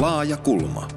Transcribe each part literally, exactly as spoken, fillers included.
Laaja kulma.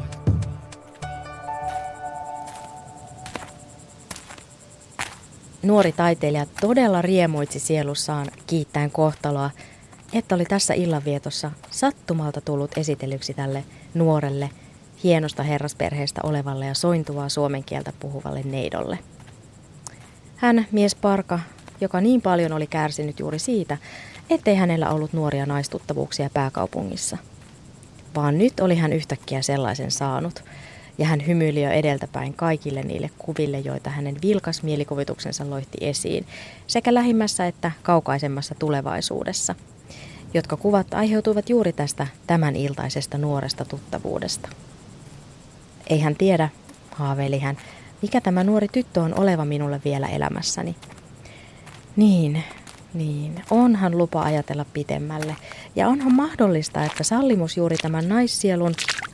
Nuori taiteilija todella riemuitsi sielussaan kiittäen kohtaloa, että oli tässä illanvietossa sattumalta tullut esitellyksi tälle nuorelle, hienosta herrasperheestä olevalle ja sointuvaa suomen kieltä puhuvalle neidolle. Hän, mies Parka, joka niin paljon oli kärsinyt juuri siitä, ettei hänellä ollut nuoria naistuttavuuksia pääkaupungissa. Vaan nyt oli hän yhtäkkiä sellaisen saanut, ja hän hymyili jo edeltäpäin kaikille niille kuville, joita hänen vilkas mielikuvituksensa loihti esiin, sekä lähimmässä että kaukaisemmassa tulevaisuudessa, jotka kuvat aiheutuivat juuri tästä tämän iltaisesta nuoresta tuttavuudesta. Ei hän tiedä, haaveili hän, mikä tämä nuori tyttö on oleva minulle vielä elämässäni. Niin, niin, onhan lupa ajatella pitemmälle, ja onhan mahdollista, että sallimus juuri tämän naissielun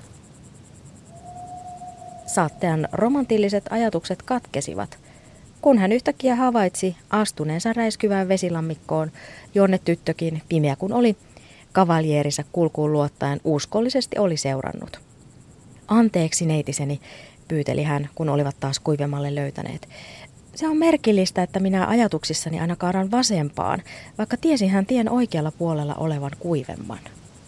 saattean romantilliset ajatukset katkesivat, kun hän yhtäkkiä havaitsi astuneensa räiskyvään vesilammikkoon, jonne tyttökin, pimeä kun oli, kavaljeerinsa kulkuun luottaen uskollisesti oli seurannut. Anteeksi neitiseni, pyyteli hän, kun olivat taas kuivemmalle löytäneet. Se on merkillistä, että minä ajatuksissani aina kaadan vasempaan, vaikka tiesin hän tien oikealla puolella olevan kuivemman.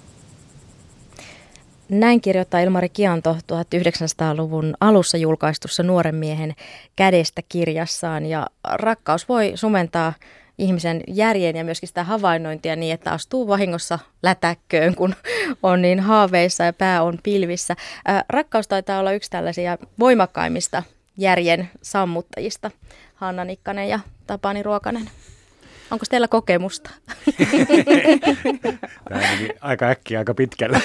Näin kirjoittaa Ilmari Kianto tuhatyhdeksänsataaluvun alussa julkaistussa Nuoren miehen kädestä -kirjassaan, ja rakkaus voi sumentaa ihmisen järjen ja myöskin sitä havainnointia niin, että astuu vahingossa lätäkköön, kun on niin haaveissa ja pää on pilvissä. Ää, rakkaus taitaa olla yksi tällaisia voimakkaimmista järjen sammuttajista. Hanna Nikkanen ja Tapani Ruokanen. Onko teillä kokemusta? Tämä meni aika äkkiä, aika pitkälle.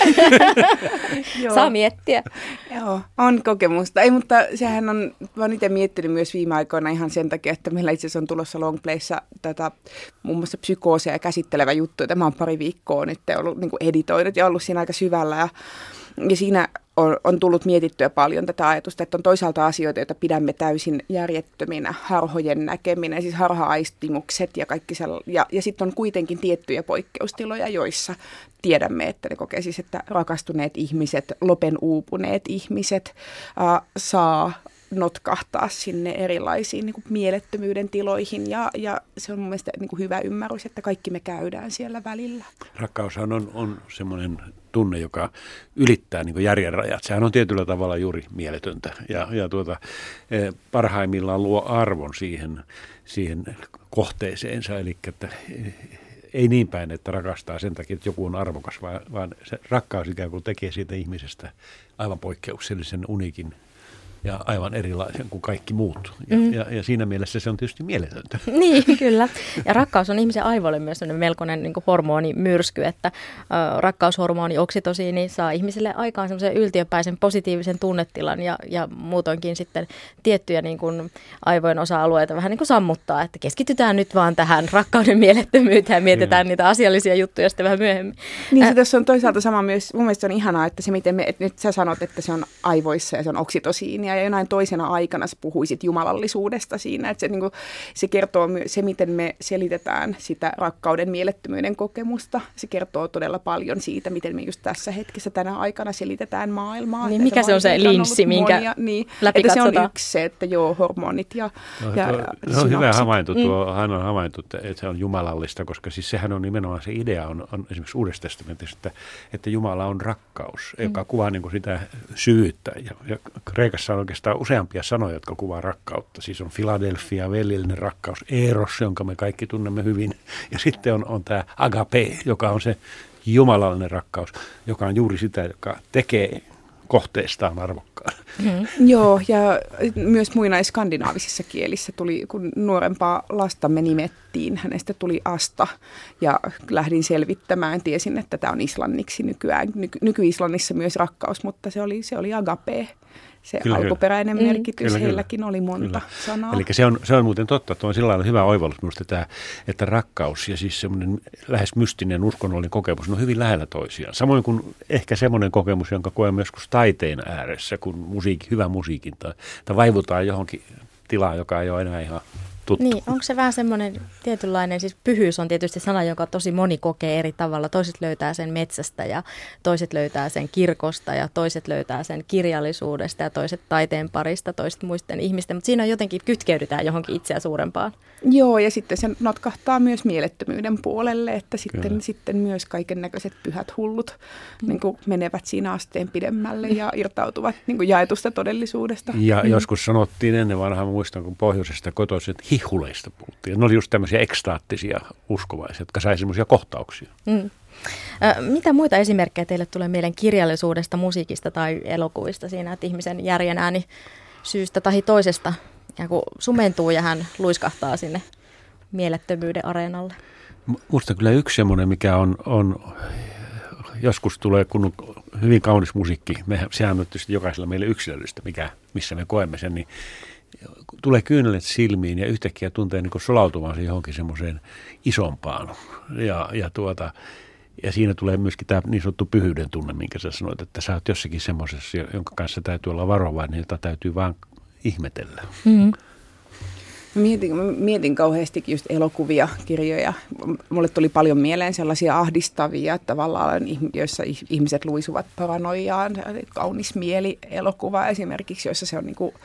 Saa miettiä. Joo, on kokemusta. Ei, mutta sehän on, mä oon itse miettinyt myös viime aikoina ihan sen takia, että meillä itse asiassa on tulossa Longplayssa tätä muun muassa psykoosia käsittelevä juttu, jota mä oon pari viikkoa nyt ollut niin kuin editoinut ja ollut siinä aika syvällä. Ja, ja siinä on, on tullut mietittyä paljon tätä ajatusta, että on toisaalta asioita, joita pidämme täysin järjettöminä, harhojen näkeminen, siis harha-aistimukset ja kaikki sellainen. Ja, ja sitten on kuitenkin tiettyjä poikkeustiloja, joissa tiedämme, että ne kokee siis, että rakastuneet ihmiset, lopen uupuneet ihmiset äh, saa notkahtaa sinne erilaisiin niin kuin mielettömyyden tiloihin, ja, ja se on mun mielestä niin kuin hyvä ymmärrys, että kaikki me käydään siellä välillä. Rakkaushan on, on semmoinen tunne, joka ylittää niin kuin järjen rajat. Sehän on tietyllä tavalla juuri mieletöntä, ja, ja tuota, parhaimmillaan luo arvon siihen, siihen kohteeseensa, eli että ei niin päin, että rakastaa sen takia, että joku on arvokas, vaan, vaan se rakkaus ikään kuin tekee siitä ihmisestä aivan poikkeuksellisen unikin ja aivan erilaisen kuin kaikki muut. Ja, mm. ja, ja siinä mielessä se on tietysti mieletöntä. Niin, kyllä. Ja rakkaus on ihmisen aivoille myös melkoinen niin kuin hormonimyrsky, että ä, rakkaushormoni oksitosiini saa ihmiselle aikaan semmoisen yltiöpäisen positiivisen tunnetilan ja, ja muutoinkin sitten tiettyjä niin kuin aivojen osa-alueita vähän niin kuin sammuttaa, että keskitytään nyt vaan tähän rakkauden mielettömyyteen ja mietitään niitä asiallisia juttuja sitten vähän myöhemmin. Niin se tässä on toisaalta sama myös, mun mielestä on ihanaa, että se miten me, että nyt sä sanot, että se on aivoissa ja se on oksitosiini, ja jonain toisena aikana sä puhuisit jumalallisuudesta siinä, että se, niin kuin, se kertoo se, miten me selitetään sitä rakkauden mielettömyyden kokemusta. Se kertoo todella paljon siitä, miten me just tässä hetkessä tänä aikana selitetään maailmaa. Niin, mikä se on se linssi, minkä monia, niin, läpi että katsotaan? Se on yksi se, että joo, hormonit ja, no, ja tuo, no, hyvä havainto tuo, mm. hän on havainto, että se on jumalallista, koska siis sehän on nimenomaan se idea on, on esimerkiksi Uudessa testamentissa, että, että Jumala on rakkaus, mm. joka kuvaa niin kuin sitä syvyyttä, ja, ja Kreikassa on oikeastaan useampia sanoja, jotka kuvaa rakkautta. Siis on Philadelphia, velillinen rakkaus, eros, jonka me kaikki tunnemme hyvin. Ja sitten on, on tämä agape, joka on se jumalallinen rakkaus, joka on juuri sitä, joka tekee kohteestaan arvokkaan. Mm. Joo, ja myös muinaiskandinaavisissa kielissä tuli, kun nuorempaa lastamme nimettiin, hänestä tuli Asta, ja lähdin selvittämään, tiesin, että tämä on islanniksi nykyään, nyky, nyky-Islannissa myös rakkaus, mutta se oli, se oli agape. Se kyllä, alkuperäinen kyllä. merkitys, kyllä, heilläkin kyllä. oli monta kyllä. sanaa. Eli se on, se on muuten totta, että on sillä lailla hyvä oivallus minusta, että, että rakkaus ja siis semmoinen lähes mystinen uskonnollinen kokemus on hyvin lähellä toisiaan. Samoin kuin ehkä semmoinen kokemus, jonka koemme joskus taiteen ääressä, kun musiikki, hyvä musiikin tai, tai vaivutaan johonkin tilaan, joka ei ole enää ihan tuttu. Niin, onko se vähän semmoinen tietynlainen, siis pyhyys on tietysti sana, joka tosi moni kokee eri tavalla. Toiset löytää sen metsästä ja toiset löytää sen kirkosta ja toiset löytää sen kirjallisuudesta ja toiset taiteen parista, toiset muisten ihmisten. Mutta siinä on jotenkin kytkeydytään johonkin itseä suurempaan. Joo, ja sitten se notkahtaa myös mielettömyyden puolelle, että sitten, sitten myös kaiken näköiset pyhät hullut mm. niin kuin menevät siinä asteen pidemmälle ja irtautuvat niin kuin jaetusta todellisuudesta. Ja mm. joskus sanottiin ennen vanhaa, muistan kun pohjoisesta kotoiset hihuleista puhuttiin. Ne oli just tämmöisiä ekstaattisia uskovaisia, jotka sai semmoisia kohtauksia. Mm. Mitä muita esimerkkejä teille tulee mieleen kirjallisuudesta, musiikista tai elokuvista siinä, että ihmisen järjen ääni syystä tai toisesta ja kun sumentuu ja hän luiskahtaa sinne mielettömyyden areenalle? Musta kyllä yksi semmoinen, mikä on, on joskus tulee, kun on hyvin kaunis musiikki, me, sehän on tietysti jokaisella meille yksilöllistä, mikä, missä me koemme sen, niin tulee kyynelet silmiin ja yhtäkkiä tuntee niin kuin solautumaan johonkin semmoiseen isompaan. Ja, ja, tuota, ja siinä tulee myöskin tämä niin sanottu pyhyyden tunne, minkä sä sanoit, että sä oot jossakin semmoisessa, jonka kanssa täytyy olla varovainen, jota täytyy vaan ihmetellä. Mm-hmm. Mietin, mietin kauheastikin just elokuvia, kirjoja. Mulle tuli paljon mieleen sellaisia ahdistavia, tavallaan, joissa ihmiset luisuvat paranoiaan. Kaunis mieli-elokuva esimerkiksi, jossa se on niin kuin,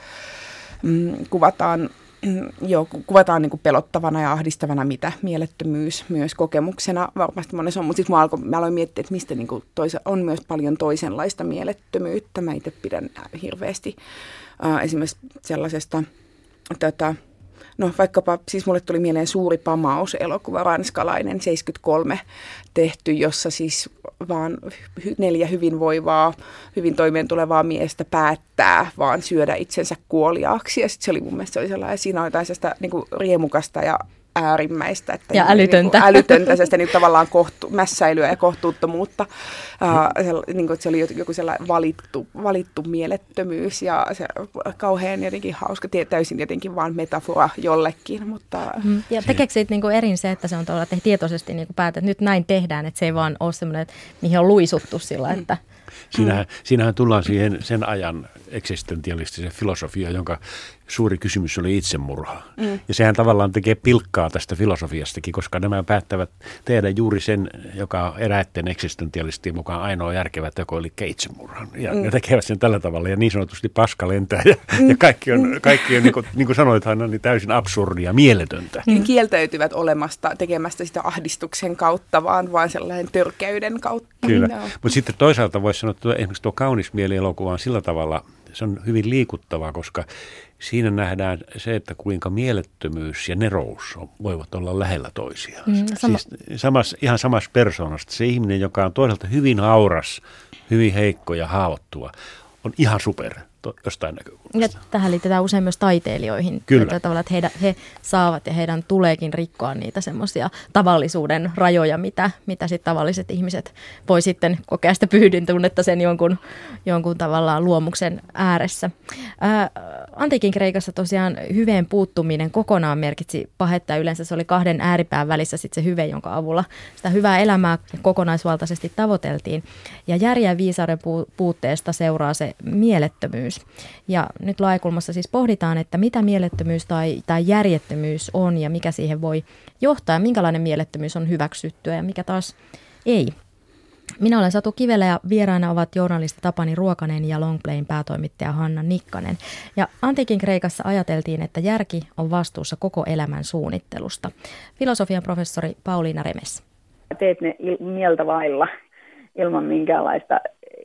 mm, kuvataan, mm, joo, kuvataan niin kuin pelottavana ja ahdistavana, mitä mielettömyys myös kokemuksena varmasti monessa on. Mutta sitten mä, mä aloin miettiä, että mistä niin kuin toisa, on myös paljon toisenlaista mielettömyyttä. Mä itse pidän hirveästi äh, esimerkiksi sellaisesta Tota, no vaikkapa, siis mulle tuli mieleen Suuri pamaus, elokuva ranskalainen, seitsemänkymmentäkolme tehty, jossa siis vaan neljä hyvinvoivaa, hyvin toimeentulevaa miestä päättää vaan syödä itsensä kuoliaaksi. Ja sitten se oli mun mielestä, se oli sellainen, siinä oli jotain sellaista niin kuin riemukasta ja äärimmäistä. Että ja niin, älytöntä. Niin kuin, älytöntä, sellaista niin tavallaan kohtu, mässäilyä ja kohtuuttomuutta. Uh, se, niin kuin, että se oli joku sellainen valittu, valittu mielettömyys ja se kauhean jotenkin hauska, täysin jotenkin vaan metafora jollekin. Mutta mm. Ja tekeekö siitä niin kuin erin se, että se on tuolla, että tietoisesti niin kuin päätät, että nyt näin tehdään, että se ei vaan ole semmoinen, että mihin on luisuttu sillä, että mm. Siinähän, siinähän tullaan siihen sen ajan eksistentialistisen filosofia, jonka suuri kysymys oli itsemurha. Mm. Ja sehän tavallaan tekee pilkkaa tästä filosofiastakin, koska nämä päättävät tehdä juuri sen, joka eräitten eksistentialistien mukaan ainoa järkevä teko, eli itsemurhan. Ja mm. ne tekevät sen tällä tavalla, ja niin sanotusti paska lentää, ja, mm. ja kaikki on, kaikki on niin, kuin, niin kuin sanoit, Hanna, niin täysin absurdia, mieletöntä. Mm. Kieltäytyvät olemasta, tekemästä sitä ahdistuksen kautta, vaan vain sellainen törkeyden kautta. Kyllä, no. Mutta sitten toisaalta voisi sanoa, että esimerkiksi tuo Kaunis mieli-elokuva on sillä tavalla, se on hyvin liikuttavaa, koska siinä nähdään se, että kuinka mielettömyys ja nerous voivat olla lähellä toisiaan. Mm, sama. Siis samas, ihan samassa persoonasta. Se ihminen, joka on toisaalta hyvin hauras, hyvin heikko ja haavoittuva, on ihan super jostain näkökulmasta. Ja tähän liitetään usein myös taiteilijoihin. Kyllä. Tavalla, että heidän, he saavat ja heidän tuleekin rikkoa niitä semmoisia tavallisuuden rajoja, mitä, mitä sitten tavalliset ihmiset voi sitten kokea sitä pyydyn tunnetta sen jonkun, jonkun tavallaan luomuksen ääressä. Ää, antiikin Kreikassa tosiaan hyveen puuttuminen kokonaan merkitsi pahetta ja yleensä se oli kahden ääripään välissä sitten se hyve, jonka avulla sitä hyvää elämää kokonaisvaltaisesti tavoiteltiin. Ja järjen ja viisauden puutteesta seuraa se mielettömyys. Ja nyt Laekulmassa siis pohditaan, että mitä mielettömyys tai, tai järjettömyys on ja mikä siihen voi johtaa ja minkälainen mielettömyys on hyväksyttyä ja mikä taas ei. Minä olen Satu Kivelä ja vieraana ovat journalisti Tapani Ruokanen ja Longplayn päätoimittaja Hanna Nikkanen. Ja antiikin Kreikassa ajateltiin, että järki on vastuussa koko elämän suunnittelusta. Filosofian professori Pauliina Remes. Teet ne il- mieltä vailla ilman minkäänlaista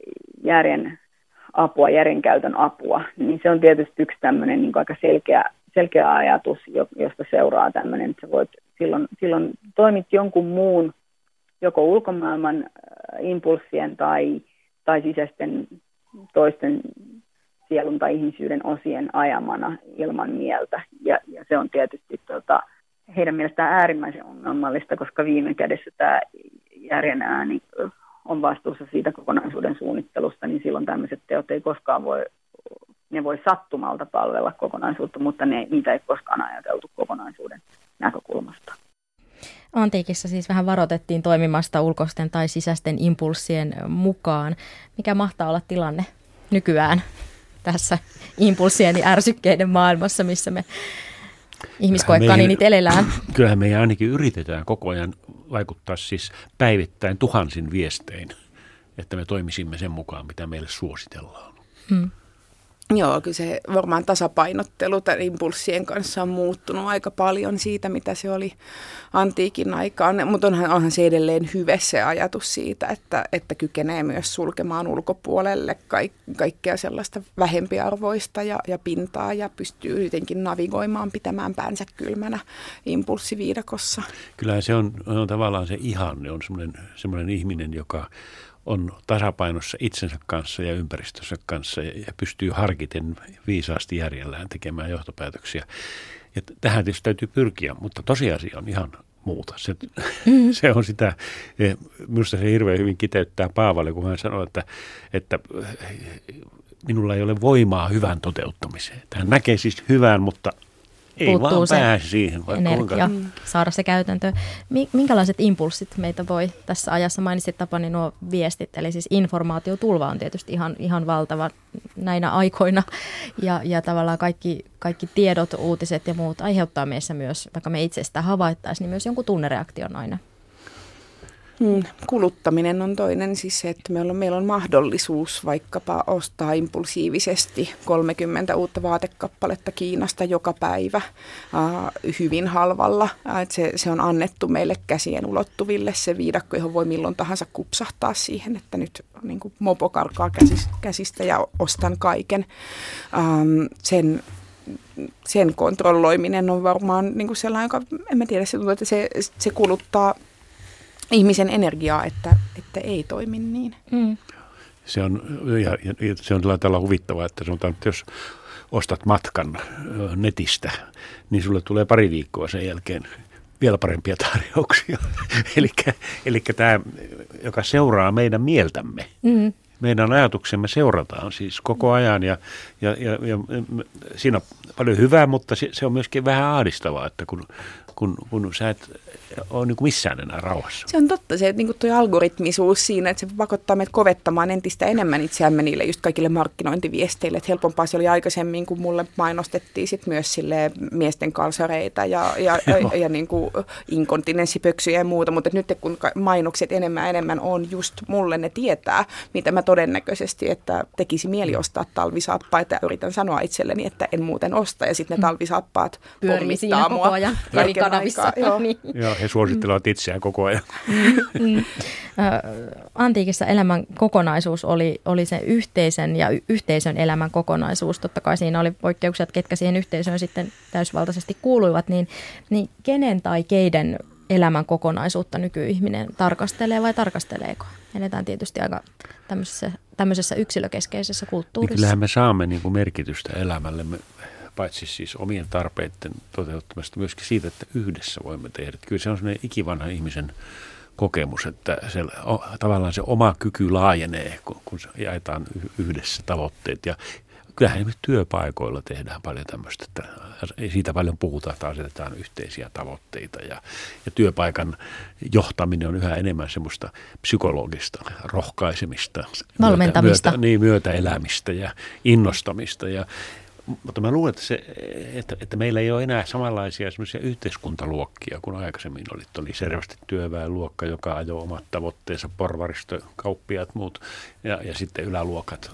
järjen apua, järjenkäytön apua, niin se on tietysti yksi tämmöinen niin kuin aika selkeä, selkeä ajatus, josta seuraa tämmöinen, että sä voit silloin, silloin toimit jonkun muun, joko ulkomaailman impulssien tai, tai sisäisten toisten sielun tai ihmisyyden osien ajamana ilman mieltä. Ja, ja se on tietysti tota, heidän mielestään äärimmäisen ongelmallista, koska viime kädessä tämä järjen ääni on vastuussa siitä kokonaisuuden suunnittelusta, niin silloin tämmöiset teot ei koskaan voi, ne voi sattumalta palvella kokonaisuutta, mutta ne, niitä ei koskaan ajateltu kokonaisuuden näkökulmasta. Antiikissa siis vähän varoitettiin toimimasta ulkoisten tai sisäisten impulssien mukaan. Mikä mahtaa olla tilanne nykyään tässä impulssien ja ärsykkeiden maailmassa, missä me ihmiskoekaniinit elellään. Kyllähän me ainakin yritetään koko ajan vaikuttaa siis päivittäin tuhansin viestein, että me toimisimme sen mukaan, mitä meille suositellaan. Hmm. Joo, kyllä se varmaan tasapainottelu tämän impulssien kanssa on muuttunut aika paljon siitä, mitä se oli antiikin aikaan. Mutta onhan, onhan se edelleen hyvä se ajatus siitä, että, että kykenee myös sulkemaan ulkopuolelle kaik, kaikkea sellaista vähempiarvoista ja, ja pintaa ja pystyy jotenkin navigoimaan, pitämään päänsä kylmänä impulssiviidakossa. Kyllähän se on, on tavallaan se ihanne, on semmoinen, semmoinen ihminen, joka on tasapainossa itsensä kanssa ja ympäristössä kanssa ja pystyy harkiten viisaasti järjellään tekemään johtopäätöksiä. Ja tähän tietysti täytyy pyrkiä, mutta tosiasia on ihan muuta. Se, mm-hmm. se on sitä, minusta se hirveän hyvin kiteyttää Paavalle, kun hän sanoi, että, että minulla ei ole voimaa hyvän toteuttamiseen. Hän näkee siis hyvän, mutta ei puuttuu vaan se pääse siihen. energia, mm. saada se käytäntöön. Minkälaiset impulssit meitä voi tässä ajassa, mainitsit Tapani nuo viestit, eli siis informaatiotulva on tietysti ihan, ihan valtava näinä aikoina, ja, ja tavallaan kaikki, kaikki tiedot, uutiset ja muut aiheuttaa meissä myös, vaikka me itse sitä havaittaisiin, niin myös jonkun tunnereaktion aina. Hmm, kuluttaminen on toinen, siis se, että meillä on, meillä on mahdollisuus vaikkapa ostaa impulsiivisesti kolmekymmentä uutta vaatekappaletta Kiinasta joka päivä äh, hyvin halvalla. Äh, se, se on annettu meille käsien ulottuville, se viidakko, johon voi milloin tahansa kupsahtaa siihen, että nyt niin kuin mopo karkaa käsistä ja ostan kaiken. Ähm, sen sen kontrolloiminen on varmaan niin kuin sellainen, joka, en mä tiedä, se tuntuu, että se, se kuluttaa ihmisen energiaa, että, että ei toimi niin. Mm. Se on, ja, ja se on tällä huvittavaa, että sanotaan, että jos ostat matkan netistä, niin sulle tulee pari viikkoa sen jälkeen vielä parempia tarjouksia. Eli tämä, joka seuraa meidän mieltämme. Mm. Meidän ajatuksemme seurataan siis koko ajan ja, ja, ja, ja siinä on paljon hyvää, mutta se, se on myöskin vähän ahdistavaa, että kun, kun, kun sä et ole niin kuin missään enää rauhassa. Se on totta, se niin kuin tuo algoritmisuus siinä, että se pakottaa meidät kovettamaan entistä enemmän itseämme niille just kaikille markkinointiviesteille. Että helpompaa se oli aikaisemmin, kun mulle mainostettiin sit myös sille miesten kalsareita ja, ja, ja, ja niin kuin inkontinenssipöksyjä ja muuta, mutta nyt kun mainokset enemmän ja enemmän on just mulle, ne tietää, mitä mä todennäköisesti, että tekisi mieli ostaa talvisaappaita ja yritän sanoa itselleni, että en muuten osta ja sitten ne talvisaappaat pyörii siinä koko ajan eri kanavissa. Joo. Niin. Joo, he suosittelevat itseään koko ajan. Mm. Antiikissa elämän kokonaisuus oli, oli se yhteisen ja y- yhteisön elämän kokonaisuus. Totta kai siinä oli poikkeuksia, ketkä siihen yhteisöön sitten täysvaltaisesti kuuluivat, niin, niin kenen tai keiden elämän kokonaisuutta nykyihminen tarkastelee vai tarkasteleeko? Eletään tietysti aika tämmöisessä, tämmöisessä yksilökeskeisessä kulttuurissa. Niin kyllähän me saamme niin kuin merkitystä elämällemme, paitsi siis omien tarpeiden toteuttamista, myöskin siitä, että yhdessä voimme tehdä. Kyllä se on sellainen ikivanha ihmisen kokemus, että se, tavallaan se oma kyky laajenee, kun, kun jaetaan yhdessä tavoitteet. Ja kyllähän esimerkiksi työpaikoilla tehdään paljon tämmöistä, että siitä paljon puhutaan, että asetetaan yhteisiä tavoitteita. Ja, ja työpaikan johtaminen on yhä enemmän semmoista psykologista rohkaisemista, valmentamista, myötä, niin, myötäelämistä ja innostamista. Ja mutta mä luulen, että, se, että, että meillä ei ole enää samanlaisia semmoisia yhteiskuntaluokkia kuin aikaisemmin oli. Oli selvästi työväenluokka, joka ajoi omat tavoitteensa, porvaristo, kauppiaat, muut ja, ja sitten yläluokat,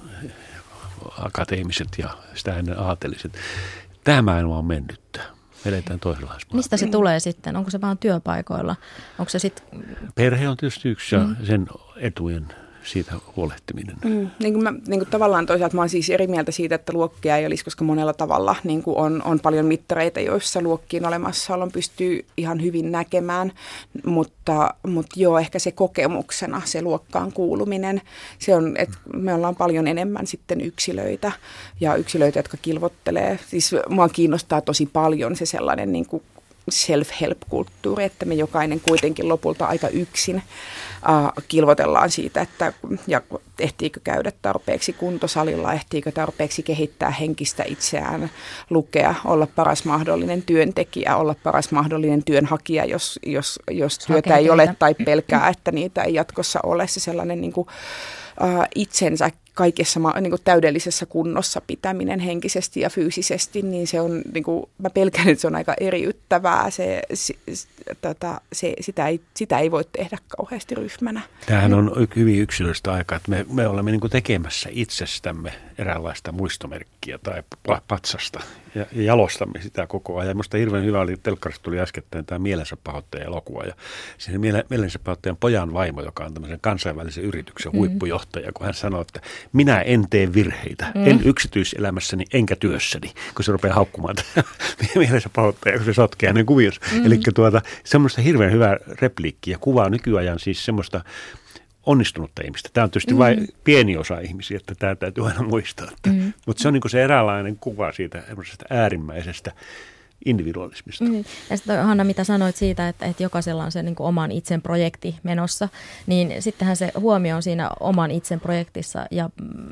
akateemiset ja sitä ennen aateliset. Tämä maailma on mennyttä. Me eletään toisenlaisessa. Mistä se tulee sitten? Onko se vaan työpaikoilla? Onko se sit... Perhe on tietysti yksi ja sen etujen siitä huolehtiminen. Mm, niin kuin mä, niin kuin tavallaan toisaalta mä olen siis eri mieltä siitä, että luokkia ei olisi, koska monella tavalla niin kuin on, on paljon mittareita, joissa luokkien olemassaolon pystyy ihan hyvin näkemään, mutta, mutta joo, ehkä se kokemuksena, se luokkaan kuuluminen, se on, että me ollaan paljon enemmän sitten yksilöitä ja yksilöitä, jotka kilvottelee. Siis mua kiinnostaa tosi paljon se sellainen niin kuin self-help-kulttuuri, että me jokainen kuitenkin lopulta aika yksin uh, kilvotellaan siitä, että ja ehtiikö käydä tarpeeksi kuntosalilla, ehtiikö tarpeeksi kehittää henkistä itseään, lukea, olla paras mahdollinen työntekijä, olla paras mahdollinen työnhakija, jos, jos, jos työtä ei ole tai pelkää, että niitä ei jatkossa ole. Se sellainen niin kuin, uh, itsensä kaikessa niin kuin täydellisessä kunnossa pitäminen henkisesti ja fyysisesti, niin se on, niin kuin, mä pelkään, että se on aika eriyttävää. Se, se, tota, se, sitä, ei, sitä ei voi tehdä kauheasti ryhmänä. Tämähän on hyvin yksilöllistä aikaa, että me, me olemme niin kuin tekemässä itsestämme eräänlaista muistomerkkiä tai patsasta ja, ja jalostamme sitä koko ajan. Minusta hirveän hyvä oli, telkkarista tuli äskettäin tämä Mielensä pahoittaja elokuva ja siinä Mielensä pahoittajan pojan vaimo, joka on tämmöisen kansainvälisen yrityksen mm. huippujohtaja, kun hän sanoo, että minä en tee virheitä, mm. en yksityiselämässäni enkä työssäni, kun se rupeaa haukkumaan Mielensä pahoittaja, kun se sotkee hänen kuvionsa. Mm. Eli tuota, semmoista hirveän hyvää repliikkiä ja kuvaa nykyajan siis semmoista onnistunutta ihmistä. Tämä on tietysti mm. vain pieni osa ihmisiä, että tämä täytyy aina muistaa. Mm. Mutta se on niin kuin se eräänlainen kuva siitä äärimmäisestä individualismista. Mm. Ja sitten Hanna, mitä sanoit siitä, että, että jokaisella on se niin kuin oman itsen projekti menossa, niin sittenhän se huomio on siinä oman itsen projektissa ja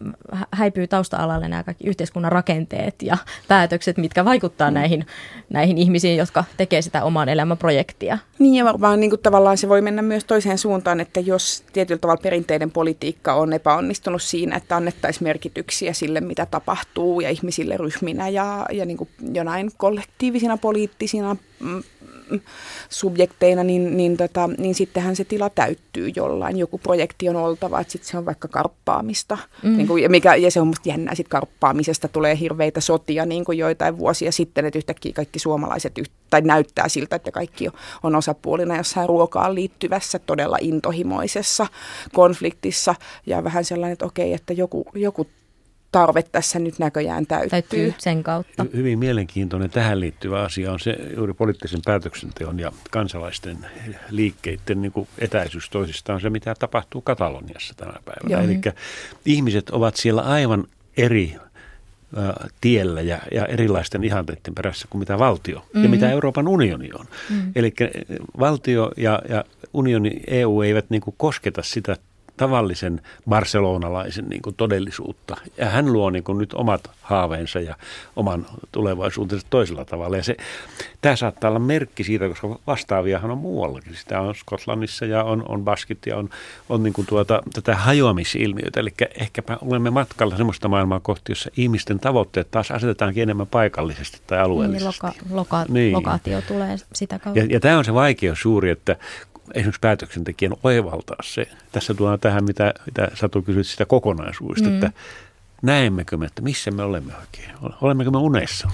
häipyy tausta-alalle nämä kaikki yhteiskunnan rakenteet ja päätökset, mitkä vaikuttaa mm. näihin, näihin ihmisiin, jotka tekee sitä oman elämän projektia. Niin ja varmaan niin kuin tavallaan se voi mennä myös toiseen suuntaan, että jos tietyllä tavalla perinteinen politiikka on epäonnistunut siinä, että annettaisiin merkityksiä sille, mitä tapahtuu ja ihmisille ryhminä ja, ja niin kuin jonain kollektiivisina poliittisina mm, subjekteina, niin, niin, tota, niin sittenhän se tila täyttyy jollain. Joku projekti on oltava, että sitten se on vaikka karppaamista. Mm. Niin kuin, ja, mikä, ja se on musta jännää, sitten karppaamisesta tulee hirveitä sotia niin kuin joitain vuosia sitten, että yhtäkkiä kaikki suomalaiset, tai näyttää siltä, että kaikki on osapuolina jossain ruokaan liittyvässä todella intohimoisessa konfliktissa. Ja vähän sellainen, että okei, että joku, joku tarve tässä nyt näköjään täyttyy. Täytyy sen kautta. Hy- hyvin mielenkiintoinen tähän liittyvä asia on se juuri poliittisen päätöksenteon ja kansalaisten liikkeiden niin kuin etäisyys toisistaan se, mitä tapahtuu Kataloniassa tänä päivänä. Eli ihmiset ovat siellä aivan eri ä, tiellä ja, ja erilaisten ihanteiden perässä kuin mitä valtio mm-hmm. ja mitä Euroopan unioni on. Mm-hmm. Eli valtio ja, ja unioni, E U eivät niin kuin kosketa sitä tavallisen barcelonalaisen niin kuin todellisuutta. Ja hän luo niin kuin nyt omat haaveensa ja oman tulevaisuutensa toisella tavalla. Ja se, tämä saattaa olla merkki siitä, koska vastaaviahan on muuallakin. Sitä on Skotlannissa ja on, on Baskit ja on, on niin kuin tuota, tätä hajoamisilmiötä. Eli ehkäpä olemme matkalla sellaista maailmaa kohti, jossa ihmisten tavoitteet taas asetetaankin enemmän paikallisesti tai alueellisesti. Niin, loka, loka, niin. Lokaatio tulee sitä kautta. Ja, ja tämä on se vaikeus suuri, että esimerkiksi päätöksentekijän oivaltaa se. Tässä tuodaan tähän, mitä, mitä Satu kysyt sitä kokonaisuudesta, mm. että näemmekö me, että missä me olemme oikein? Olemmeko me unessa?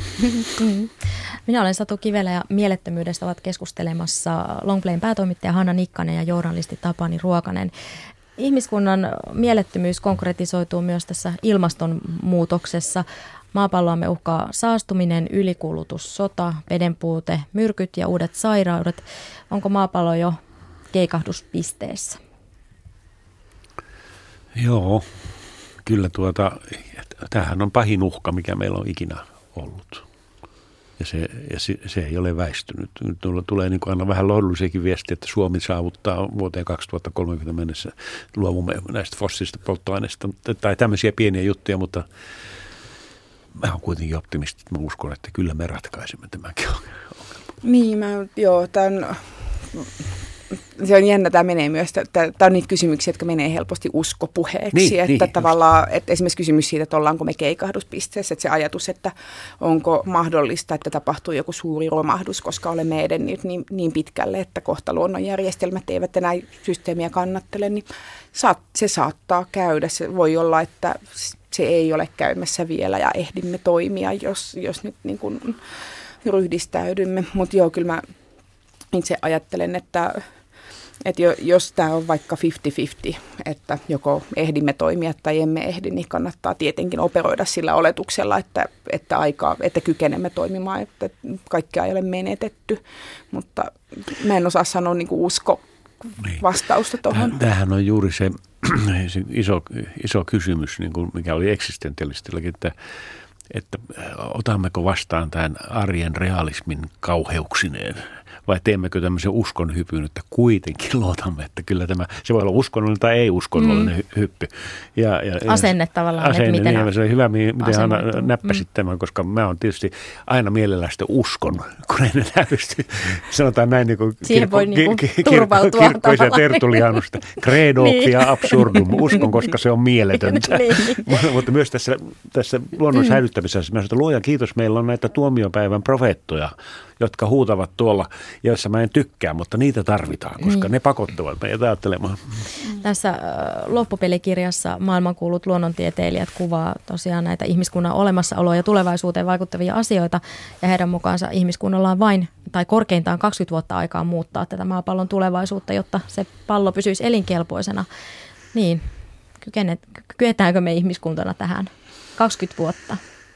Minä olen Satu Kivelä ja mielettömyydestä ovat keskustelemassa Longplayn päätoimittaja Hanna Nikkanen ja journalisti Tapani Ruokanen. Ihmiskunnan mielettömyys konkretisoituu myös tässä ilmastonmuutoksessa. Maapalloamme uhkaa saastuminen, ylikulutus, sota, vedenpuute, myrkyt ja uudet sairaudet. Onko maapallo jo keikahduspisteessä? Joo, kyllä tuota, tämähän on pahin uhka, mikä meillä on ikinä ollut. Ja se, ja se, se ei ole väistynyt. Nyt tulee niin kuin aina vähän lohdullisiakin viestiä, että Suomi saavuttaa vuoteen kaksituhattakolmekymmentä mennessä luovumme näistä fossiilisista polttoaineista tai tämmöisiä pieniä juttuja, mutta mä oon kuitenkin optimisti, että mä uskon, että kyllä me ratkaisemme tämänkin ongelman. Niin, mä, joo, tämän, se on jännä, tämä menee myös, tämä on niitä kysymyksiä, jotka menee helposti uskopuheeksi, niin, että niin, tavallaan, että esimerkiksi kysymys siitä, että ollaanko me keikahduspisteessä, että se ajatus, että onko mahdollista, että tapahtuu joku suuri romahdus, koska olemme edenneet niin, niin pitkälle, että kohta luonnonjärjestelmät eivät enää systeemiä kannattele, niin saat, se saattaa käydä, se voi olla, että se ei ole käymässä vielä ja ehdimme toimia, jos, jos nyt niin kuin ryhdistäydymme. Mutta joo, kyllä mä itse ajattelen, että, että jos tämä on vaikka viisikymmentä viisikymmentä, että joko ehdimme toimia tai emme ehdi, niin kannattaa tietenkin operoida sillä oletuksella, että, että, aikaa, että kykenemme toimimaan, että kaikkea ei ole menetetty. Mutta mä en osaa sanoa niin kuin usko vastausta tuohon. Tämähän on juuri se iso, iso kysymys, niin kuin mikä oli eksistentialistillakin, että, että otammeko vastaan tämän arjen realismin kauheuksineen vai teemmekö tämmöisen uskon hypyn, että kuitenkin luotamme, että kyllä tämä, se voi olla uskonnollinen tai ei uskonnollinen mm. hyppy. Ja, ja, asenne tavallaan, asenne, että miten niin, se on hyvä, miten Hanna asennettu. näppäsit mm. tämän, koska mä oon tietysti aina mielellään sitä uskon, kun ennen näysti, sanotaan näin niin kuin siihen kirkko, voi niin kuin kirkko, turvautua kirkkoisia Tertullianusta, credo niin. ja absurdum, uskon, koska se on mieletöntä. niin. Mutta myös tässä, tässä luonnon säilyttämisessä, mä sanon, että luojan kiitos, meillä on näitä tuomiopäivän profeettoja, jotka huutavat tuolla, joissa mä en tykkää, mutta niitä tarvitaan, koska mm. ne pakottavat meitä ajattelemaan. Tässä äh, loppupelikirjassa maailmankuulut luonnontieteilijät kuvaa tosiaan näitä ihmiskunnan olemassaoloa ja tulevaisuuteen vaikuttavia asioita, ja heidän mukaansa ihmiskunnalla on vain tai korkeintaan kaksikymmentä vuotta aikaa muuttaa tätä maapallon tulevaisuutta, jotta se pallo pysyisi elinkelpoisena. Niin, kyetäänkö me ihmiskuntana tähän kaksikymmentä vuotta?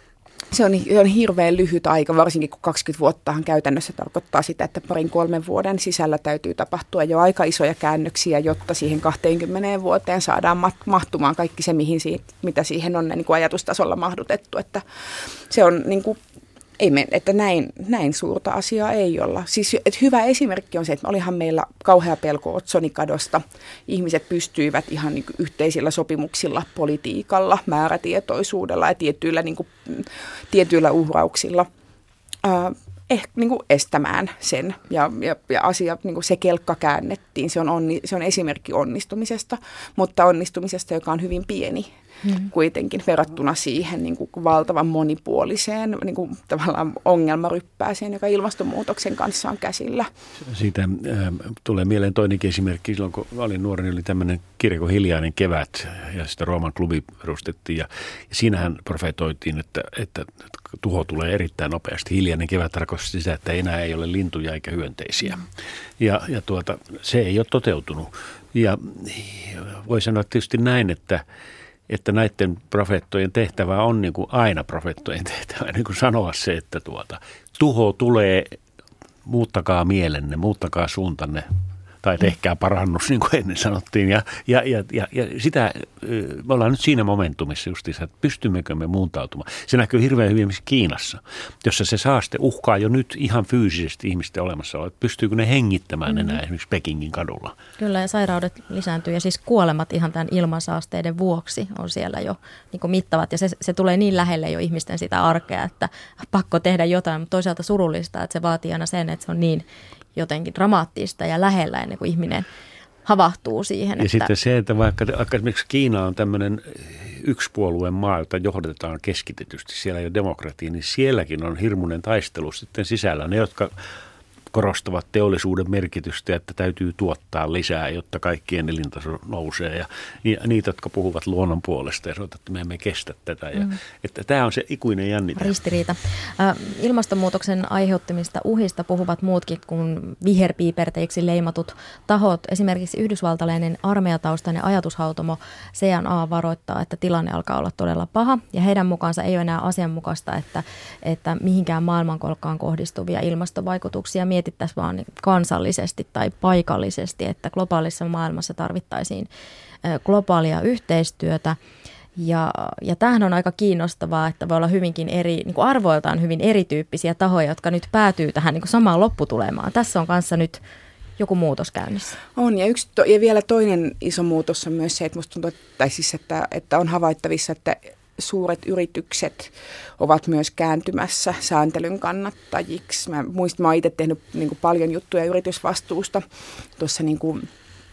Se on, se on hirveän lyhyt aika, varsinkin kun kaksikymmentä vuottahan käytännössä tarkoittaa sitä, että parin kolmen vuoden sisällä täytyy tapahtua jo aika isoja käännöksiä, jotta siihen kaksikymmentä vuoteen saadaan mahtumaan kaikki se, mihin siitä, mitä siihen on niin kuin ajatustasolla mahdutettu. Että se on niin kuin, ei me, että näin, näin suurta asiaa ei olla. Siis että hyvä esimerkki on se, että olihan meillä kauhea pelko otsonikadosta. Ihmiset pystyivät ihan niin kuin yhteisillä sopimuksilla, politiikalla, määrätietoisuudella ja tietyillä, niin kuin, tietyillä uhrauksilla ää, ehkä niin kuin estämään sen. Ja, ja, ja asia, niin kuin se kelkka käännettiin. Se on, onni, se on esimerkki onnistumisesta, mutta onnistumisesta, joka on hyvin pieni. Hmm. Kuitenkin verrattuna siihen niin kuin valtavan monipuoliseen niin kuin tavallaan ongelmaryppääseen, joka ilmastonmuutoksen kanssa on käsillä. Siitä äh, tulee mieleen toinenkin esimerkki. Silloin kun olin nuori, niin oli tämmöinen kirja kuin Hiljainen kevät, ja sitä Rooman klubi perustettiin. Ja, ja siinähän profetoitiin, että, että tuho tulee erittäin nopeasti. Hiljainen kevät tarkoitti sitä, että enää ei ole lintuja eikä hyönteisiä. Ja, ja tuota, se ei ole toteutunut. Ja voi sanoa tietysti näin, että että näiden profeettojen tehtävä on niin kuin aina profeettojen tehtävä, niin kuin sanoa se, että tuota, tuho tulee, muuttakaa mielenne, muuttakaa suuntanne, tai tehkää parannus, niin kuin ennen sanottiin. Ja, ja, ja, ja, ja sitä, me ollaan nyt siinä momentumissa justiinsa, että pystymmekö me muuntautumaan. Se näkyy hirveän hyvin esimerkiksi Kiinassa, jossa se saaste uhkaa jo nyt ihan fyysisesti ihmisten olemassaoloa. Pystyykö ne hengittämään mm-hmm. enää esimerkiksi Pekingin kadulla? Kyllä, ja sairaudet lisääntyy, ja siis kuolemat ihan tämän ilmansaasteiden vuoksi on siellä jo niin kuin mittavat. Ja se, se tulee niin lähelle jo ihmisten sitä arkea, että pakko tehdä jotain, mutta toisaalta surullista, että se vaatii aina sen, että se on niin jotenkin dramaattista ja lähellä ennen kuin ihminen havahtuu siihen. Ja että sitten se, että vaikka, vaikka esimerkiksi Kiina on tämmöinen yksipuolueen maa, jota johdetaan keskitetysti, siellä ei ole demokratia, niin sielläkin on hirmuinen taistelu sitten sisällä. Ne, jotka korostavat teollisuuden merkitystä, että täytyy tuottaa lisää, jotta kaikkien elintaso nousee. Ja niitä, jotka puhuvat luonnon puolesta ja sanotaan, että me emme kestä tätä. Ja, mm. että tämä on se ikuinen jännite. Ristiriita. Äh, ilmastonmuutoksen aiheuttamista uhista puhuvat muutkin kuin viherpiiperteiksi leimatut tahot. Esimerkiksi yhdysvaltalainen armeijataustainen ajatushautomo C N A varoittaa, että tilanne alkaa olla todella paha. Ja heidän mukaansa ei ole enää asianmukaista, että, että mihinkään maailmankolkkaan kohdistuvia ilmastovaikutuksia mietittäisiin vaan kansallisesti tai paikallisesti, että globaalissa maailmassa tarvittaisiin globaalia yhteistyötä. Ja, ja tämähän on aika kiinnostavaa, että voi olla hyvinkin eri, niin kuin arvoiltaan hyvin erityyppisiä tahoja, jotka nyt päätyy tähän niin kuin samaan lopputulemaan. Tässä on kanssa nyt joku muutos käynnissä. On, ja, yksi to, ja vielä toinen iso muutos on myös se, että musta tuntuu, tai siis, että, että on havaittavissa, että suuret yritykset ovat myös kääntymässä sääntelyn kannattajiksi. Mä muistan, mä oon itse tehnyt niin kuin paljon juttuja yritysvastuusta tuossa niin kuin,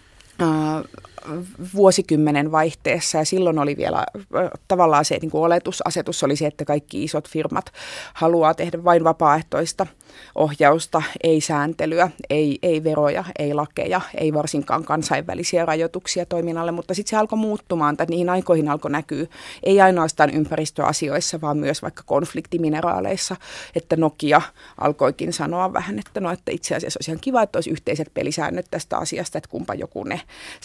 äh, vuosikymmenen vaihteessa, ja silloin oli vielä äh, tavallaan se niin kuin oletusasetus oli se, että kaikki isot firmat haluaa tehdä vain vapaaehtoista ohjausta, ei sääntelyä, ei, ei veroja, ei lakeja, ei varsinkaan kansainvälisiä rajoituksia toiminnalle, mutta sitten se alkoi muuttumaan, tai niihin aikoihin alkoi näkyä, ei ainoastaan ympäristöasioissa, vaan myös vaikka konfliktimineraaleissa, että Nokia alkoikin sanoa vähän, että no, että itse asiassa olisi ihan kiva, että olisi yhteiset pelisäännöt tästä asiasta, että kumpa joku ne säätäisi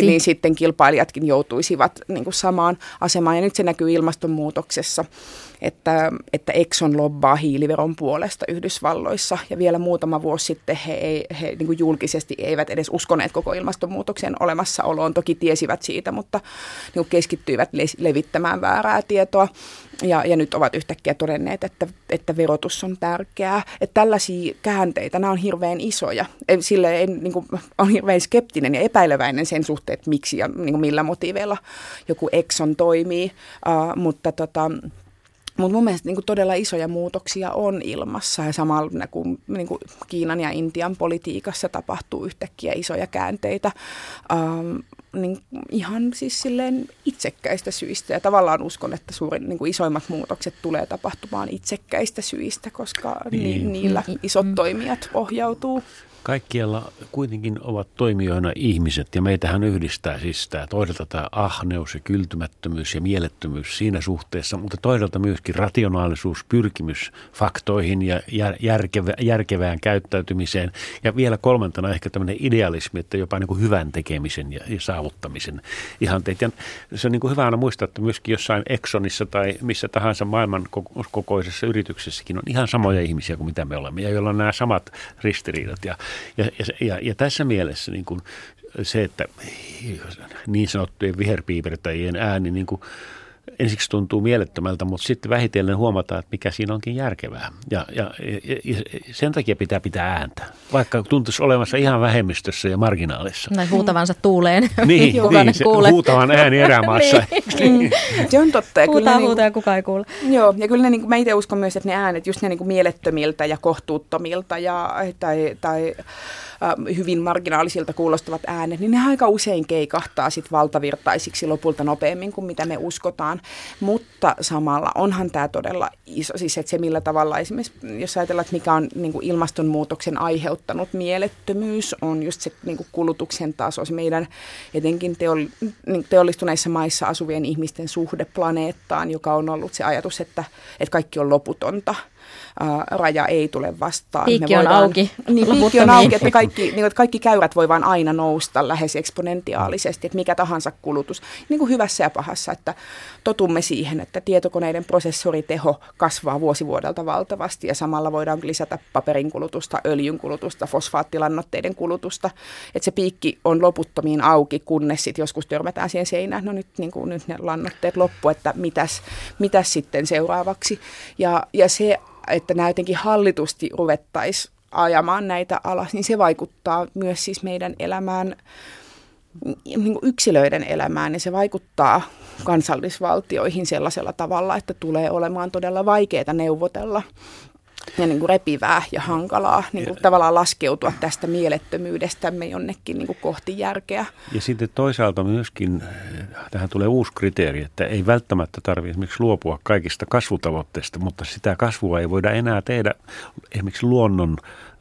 niin, niin sitten kilpailijatkin joutuisivat niin kuin samaan asemaan. Ja nyt se näkyy ilmastonmuutoksessa, että, että Exxon lobbaa hiiliveron puolesta Yhdysvalloissa. Ja vielä muutama vuosi sitten he, ei, he niin kuin julkisesti eivät edes uskoneet koko ilmastonmuutoksen olemassaoloon. Toki tiesivät siitä, mutta niin kuin keskittyivät levittämään väärää tietoa. Ja, ja nyt ovat yhtäkkiä todenneet, että, että verotus on tärkeää. Että tällaisia käänteitä, nämä on hirveän isoja. Sille en, niin kuin, on hirveän skeptinen ja epäileväinen sen suhteen, että miksi ja niin kuin millä motiiveilla joku Exxon toimii. Uh, mutta tota, Mutta mun mielestä niin kuin todella isoja muutoksia on ilmassa ja samalla kun niin kuin Kiinan ja Intian politiikassa tapahtuu yhtäkkiä isoja käänteitä ähm, niin ihan siis silleen itsekkäistä syistä. Ja tavallaan uskon, että suurin, niin kuin isoimmat muutokset tulee tapahtumaan itsekkäistä syistä, koska niin. ni, niillä isot toimijat ohjautuu. Kaikkialla kuitenkin ovat toimijoina ihmiset ja meitähän yhdistää siis tämä toisaalta tämä ahneus ja kyltymättömyys ja mielettömyys siinä suhteessa, mutta toisaalta myöskin rationaalisuus, pyrkimys faktoihin ja järkevä, järkevään käyttäytymiseen ja vielä kolmantena ehkä tämmöinen idealismi, että jopa niin kuin hyvän tekemisen ja, ja saavuttamisen ihanteet. Ja se on niin kuin hyvä aina muistaa, että myöskin jossain Exxonissa tai missä tahansa maailman kokoisessa yrityksessäkin on ihan samoja ihmisiä kuin mitä me olemme ja joilla on nämä samat ristiriidat ja Ja, ja, ja tässä mielessä niin kuin se, että niin sanottujen viherpiipertäjien ääni niin kuin ensiksi tuntuu mielettömältä, mutta sitten vähitellen huomataan, että mikä siinä onkin järkevää. Ja, ja, ja, ja sen takia pitää pitää ääntä, vaikka tuntuisi olemassa ihan vähemmistössä ja marginaalissa. Näin huutavansa tuuleen. Niin, niin se huutavan ääni erämaassa. niin. Se on totta. Ja huutaa, kyllä huutaa ne, ja kukaan ei kuule. Joo, ja kyllä ne, niin, mä itse uskon myös, että ne äänet, just ne niin kuin mielettömiltä ja kohtuuttomilta ja, tai, tai äh, hyvin marginaalisilta kuulostavat äänet, niin ne aika usein keikahtaa sit valtavirtaisiksi lopulta nopeammin kuin mitä me uskotaan. Mutta samalla onhan tämä todella iso, siis että se millä tavalla esimerkiksi, jos ajatellaan, että mikä on niin kuin ilmastonmuutoksen aiheuttanut mielettömyys, on just se niin kuin kulutuksen taso, se meidän etenkin teoli, teollistuneissa maissa asuvien ihmisten suhde planeettaan, joka on ollut se ajatus, että, että kaikki on loputonta. Uh, raja ei tule vastaan. Piikki on auki. Niin, piikki on auki, että kaikki, niin, että kaikki käyrät voi vaan aina nousta lähes eksponentiaalisesti, että mikä tahansa kulutus, niin kuin hyvässä ja pahassa, että totumme siihen, että tietokoneiden prosessoriteho kasvaa vuosivuodelta valtavasti ja samalla voidaan lisätä paperin kulutusta, öljyn kulutusta, fosfaattilannoitteiden kulutusta, että se piikki on loputtomiin auki, kunnes sitten joskus törmätään siihen seinään, no nyt, niin kuin, nyt ne lannoitteet loppu, että mitäs, mitäs sitten seuraavaksi. Ja, ja se että nämä jotenkin hallitusti ruvettaisiin ajamaan näitä alas, niin se vaikuttaa myös siis meidän elämään, niin kuin yksilöiden elämään, ja se vaikuttaa kansallisvaltioihin sellaisella tavalla, että tulee olemaan todella vaikeaa neuvotella ja niin kuin repivää ja hankalaa niin kuin tavallaan laskeutua tästä mielettömyydestämme jonnekin niin kuin kohti järkeä. Ja sitten toisaalta myöskin tähän tulee uusi kriteeri, että ei välttämättä tarvitse esimerkiksi luopua kaikista kasvutavoitteista, mutta sitä kasvua ei voida enää tehdä esimerkiksi luonnon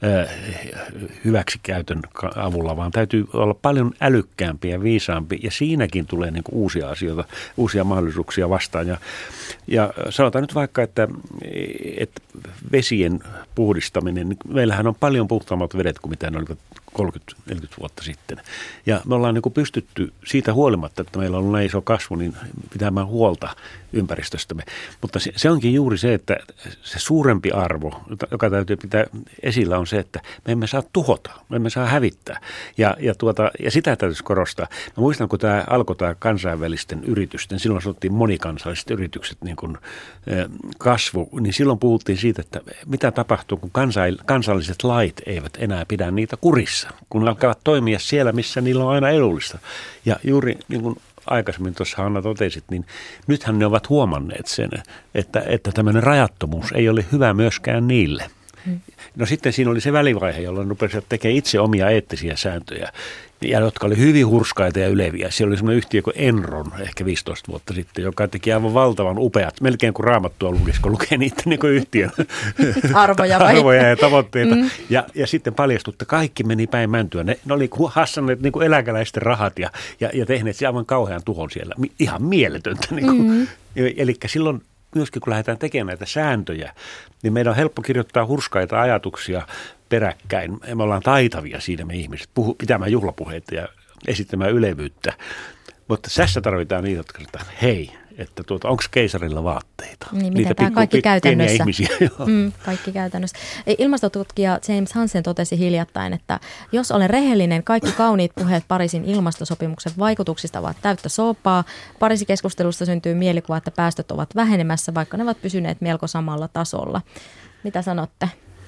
hyväksikäytön avulla, vaan täytyy olla paljon älykkäämpi ja viisaampi, ja siinäkin tulee niin kuin uusia asioita, uusia mahdollisuuksia vastaan. Ja, ja sanotaan nyt vaikka, että, että vesien puhdistaminen, niin meillähän on paljon puhtaammat vedet kuin mitä ne olivat kolmekymmentä neljäkymmentä vuotta sitten. Ja me ollaan niin kuin pystytty siitä huolimatta, että meillä on ollut näin iso kasvu, niin pitämään huolta ympäristöstämme. Mutta se, se onkin juuri se, että se suurempi arvo, joka täytyy pitää esillä, on se, että me emme saa tuhota, me emme saa hävittää. Ja, ja, tuota, ja sitä täytyisi korostaa. Mä muistan, kun tämä alkoi tämä kansainvälisten yritysten, silloin sanottiin monikansalliset yritykset niin kuin kasvu, niin silloin puhuttiin siitä, että mitä tapahtuu, kun kansalliset lait eivät enää pidä niitä kurissa, kun alkavat toimia siellä, missä niillä on aina edullista. Ja juuri niin kuin aikaisemmin tuossa Hanna totesit, niin nythän ne ovat huomanneet sen, että, että tämmöinen rajattomuus ei ole hyvä myöskään niille. Hmm. No sitten siinä oli se välivaihe, jolloin rupesivat tekemään itse omia eettisiä sääntöjä, ja jotka oli hyvin hurskaita ja yleviä. Siellä oli semmoinen yhtiö kuin Enron ehkä viisitoista vuotta sitten, joka teki aivan valtavan upeat, melkein kuin Raamattua lukisi, kun lukee niitä niin kuin yhtiön arvoja, arvoja ja tavoitteita. Mm. Ja, ja sitten paljastui, että kaikki meni päin mäntyä. Ne, ne oli hassanneet niin kuin eläkeläisten rahat ja, ja, ja tehneet se aivan kauhean tuhon siellä. Ihan mieletöntä. Niin kuin. Mm. Eli silloin myöskin kun lähdetään tekemään näitä sääntöjä, niin meidän on helppo kirjoittaa hurskaita ajatuksia peräkkäin. Me ollaan taitavia siinä me ihmiset, puhu, pitämään juhlapuheita ja esittämään ylevyyttä. Mutta tässä tarvitaan niitä, jotka sanotaan, hei, että tuota, onko keisarilla vaatteita? Niin, niitä tämä kaikki käytännössä. Ihmisiä, mm, kaikki käytännössä. Ilmastotutkija James Hansen totesi hiljattain, että jos olen rehellinen, kaikki kauniit puheet Pariisin ilmastosopimuksen vaikutuksista ovat täyttä soopaa. Pariisin keskustelusta syntyy mielikuva, että päästöt ovat vähenemässä, vaikka ne ovat pysyneet melko samalla tasolla. Mitä sanotte?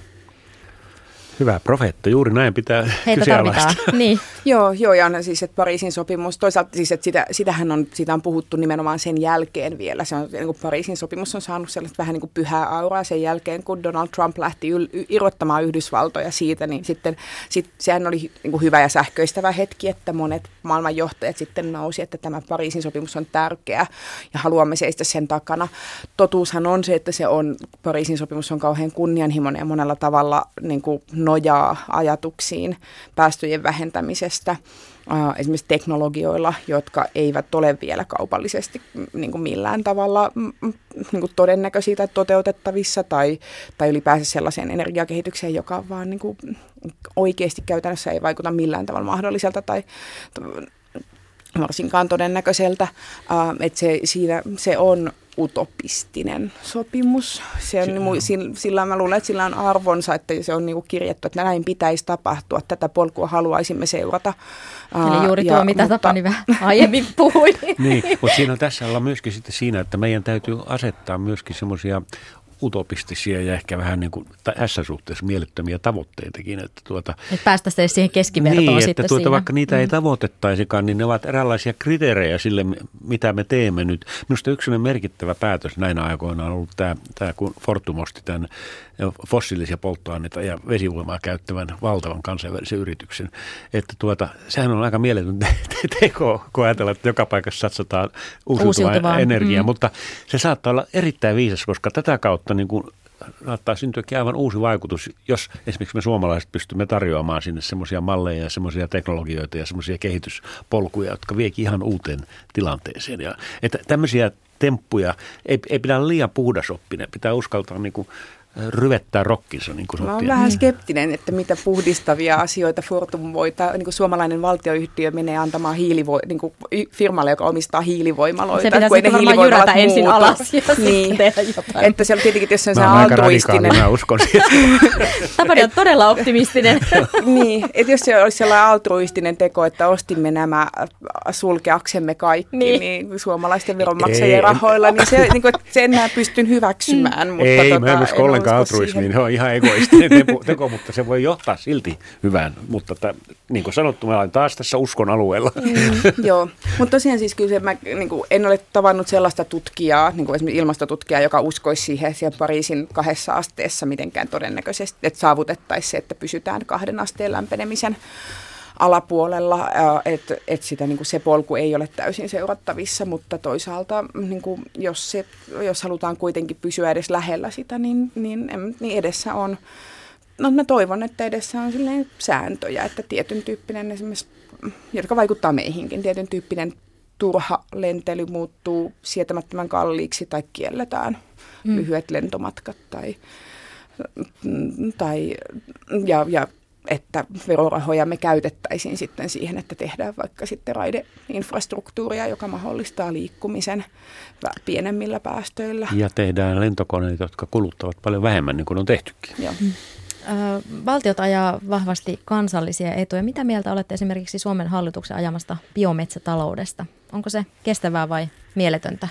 Hyvä profeetta, juuri näin pitää Heitä kyseenalaistaa. tarvitaan, niin. Joo, joo, ja on siis, että Pariisin sopimus, toisaalta siis, että sitä, sitähän on, siitä on puhuttu nimenomaan sen jälkeen vielä. Se on, niin kuin Pariisin sopimus on saanut sellaista vähän niin kuin pyhää auraa sen jälkeen, kun Donald Trump lähti yl, irrottamaan Yhdysvaltoja siitä, niin sitten sit, sehän oli niin kuin hyvä ja sähköistävä hetki, että monet maailmanjohtajat sitten nousi, että tämä Pariisin sopimus on tärkeä ja haluamme seistä sen takana. Totuushan on se, että se on, Pariisin sopimus on kauhean kunnianhimoinen ja monella tavalla niin kuin nojaa ajatuksiin päästöjen vähentämisestä, esimerkiksi teknologioilla, jotka eivät ole vielä kaupallisesti niin kuin millään tavalla niin kuin todennäköisiä tai toteutettavissa tai, tai ylipäänsä sellaiseen energiakehitykseen, joka vaan niin kuin oikeasti käytännössä ei vaikuta millään tavalla mahdolliselta tai varsinkaan todennäköiseltä. Että se, siinä, se on utopistinen sopimus. Se on, sillä, sillä mä luulen, että sillä on arvonsa, että se on niinku kirjattu, että näin pitäisi tapahtua. Tätä polkua haluaisimme seurata. Eli juuri tuo, ja, mitä mutta... Tapani vähän aiemmin puhui. Niin, mutta siinä on tässä olla myöskin sitten siinä, että meidän täytyy asettaa myöskin semmoisia utopistisia ja ehkä vähän niin kuin tässä suhteessa miellyttömiä tavoitteitakin. Että, tuota, että päästäisiin siihen keskivertoon niin, sitten että tuota, siinä. Vaikka niitä mm. ei tavoitettaisikaan, niin ne ovat eräänlaisia kriteerejä sille, mitä me teemme nyt. Minusta yksi merkittävä päätös näinä aikoina on ollut tämä, tämä kun Fortum osti tämän fossiilisia polttoaineita ja vesivoimaa käyttävän valtavan kansainvälisen yrityksen. Että tuota, sehän on aika mieletön teko, kun ajatellaan, että joka paikassa satsataan uusiutuvaa energiaa, mm. mutta se saattaa olla erittäin viisas, koska tätä kautta niin kuin saattaa syntyäkin aivan uusi vaikutus, jos esimerkiksi me suomalaiset pystymme tarjoamaan sinne semmoisia malleja ja semmoisia teknologioita ja semmoisia kehityspolkuja, jotka viekin ihan uuteen tilanteeseen. Ja, että tämmöisiä temppuja ei, ei pidä olla liian puhdasoppinen, pitää uskaltaa niin kuin ryvettää rokkinsa, niin kuin sanottiin. sanottiin. Mä oon vähän skeptinen, että mitä puhdistavia asioita Fortum voi, tai niin kuin suomalainen valtioyhtiö menee antamaan hiilivo- niin kuin firmalle, joka omistaa hiilivoimaloita. Se pitäisi sitten varmaan jyrätä ensin alas ja niin. sitten tehdä jotain. Että se on tietenkin, jos se on se altruistinen. Mä uskon siihen. Tapani on todella optimistinen. Niin, että jos se olisi sellainen altruistinen teko, että ostimme nämä sulkeaksemme kaikki niin. Niin suomalaisten veronmaksajien ei, rahoilla, niin se, niin kuin, se enää pystyn hyväksymään. Mm. Mutta ei, tota, mä en usko ollenkaan altruismiin, se on ihan egoistinen teko, mutta se voi johtaa silti hyvään. Mutta t- niin kuin sanottu, mä olen taas tässä uskon alueella. Mm, joo, mutta tosiaan siis kyllä se, mä niin kuin, en ole tavannut sellaista tutkijaa, niin kuin esimerkiksi ilmastotutkijaa, joka uskoisi siihen siellä Pariisin kahdessa asteessa mitenkään todennäköisesti, että saavutettaisiin se, että pysytään kahden asteen lämpenemisen alapuolella, että et sitä niin kuin se polku ei ole täysin seurattavissa, mutta toisaalta niin kuin jos, se, jos halutaan kuitenkin pysyä edes lähellä sitä, niin, niin, niin edessä on, no mä toivon, että edessä on silleen sääntöjä, että tietyn tyyppinen esimerkiksi, jotka vaikuttaa meihinkin, tietyn tyyppinen turha lentely muuttuu sietämättömän kalliiksi tai kielletään mm. lyhyet lentomatkat tai, tai ja, ja että verorahoja me käytettäisiin sitten siihen, että tehdään vaikka sitten raideinfrastruktuuria, joka mahdollistaa liikkumisen pienemmillä päästöillä. Ja tehdään lentokoneita, jotka kuluttavat paljon vähemmän, niin kuin on tehtykin. Joo. Valtiot ajaa vahvasti kansallisia etuja. Mitä mieltä olette esimerkiksi Suomen hallituksen ajamasta biometsätaloudesta? Onko se kestävää vai mieletöntä?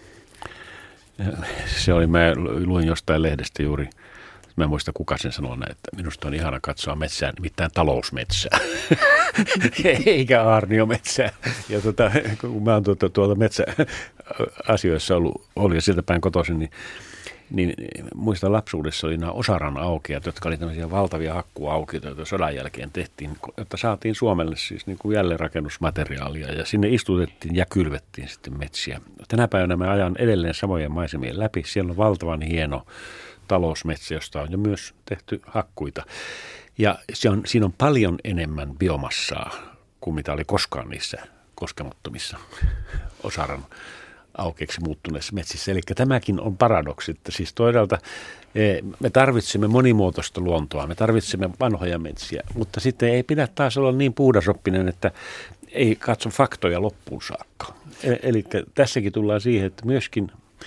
Se oli, mä luin jostain lehdestä juuri. Mä en muista kuka sen sanoo näin, että minusta on ihana katsoa metsää, nimittäin talousmetsää, eikä aarniometsää. Ja tuota, kun mä oon tuota, tuolta metsäasioissa ollut, ollut ja sieltä päin kotoisin, niin, niin muistan lapsuudessa oli nämä Osaran aukeat, jotka oli tämmöisiä valtavia hakkuaukioita, joita sodan jälkeen tehtiin, jotta saatiin Suomelle siis niin kuin jälleenrakennusmateriaalia ja sinne istutettiin ja kylvettiin sitten metsiä. Tänä päivänä mä ajan edelleen samojen maisemien läpi, siellä on valtavan hieno talousmetsä, josta on jo myös tehty hakkuita. Ja se on, siinä on paljon enemmän biomassaa kuin mitä oli koskaan niissä koskemattomissa Osaran aukeaksi muuttuneissa metsissä. Eli tämäkin on paradoksi, että siis toisaalta me tarvitsemme monimuotoista luontoa, me tarvitsemme vanhoja metsiä, mutta sitten ei pidä taas olla niin puhdasoppinen, että ei katso faktoja loppuun saakka. Eli tässäkin tullaan siihen, että myöskin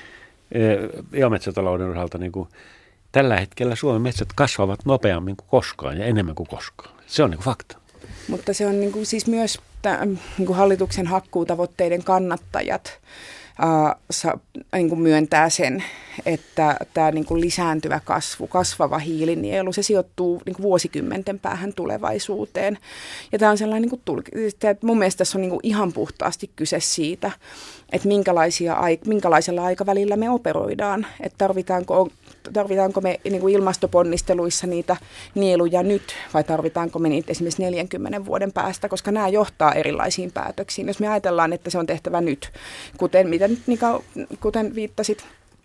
biometsätalouden osalta niin kuin tällä hetkellä Suomen metsät kasvavat nopeammin kuin koskaan ja enemmän kuin koskaan. Se on niin kuin fakta. Mutta se on niin kuin siis myös tämän, niin kuin hallituksen hakkuutavoitteiden kannattajat ää, sa, niin kuin myöntää sen, että tämä niin kuin lisääntyvä kasvu, kasvava hiilinielu, se sijoittuu niin kuin vuosikymmenten päähän tulevaisuuteen. Ja tämä on sellainen, niin kuin tulk- että mun mielestä tässä on niin kuin ihan puhtaasti kyse siitä, että minkälaisia, minkälaisella aikavälillä me operoidaan, että tarvitaanko, tarvitaanko me niin kuin ilmastoponnisteluissa niitä nieluja nyt vai tarvitaanko me niitä esimerkiksi neljänkymmenen vuoden päästä, koska nämä johtaa erilaisiin päätöksiin. Jos me ajatellaan, että se on tehtävä nyt, kuten, miten, kuten viittasit,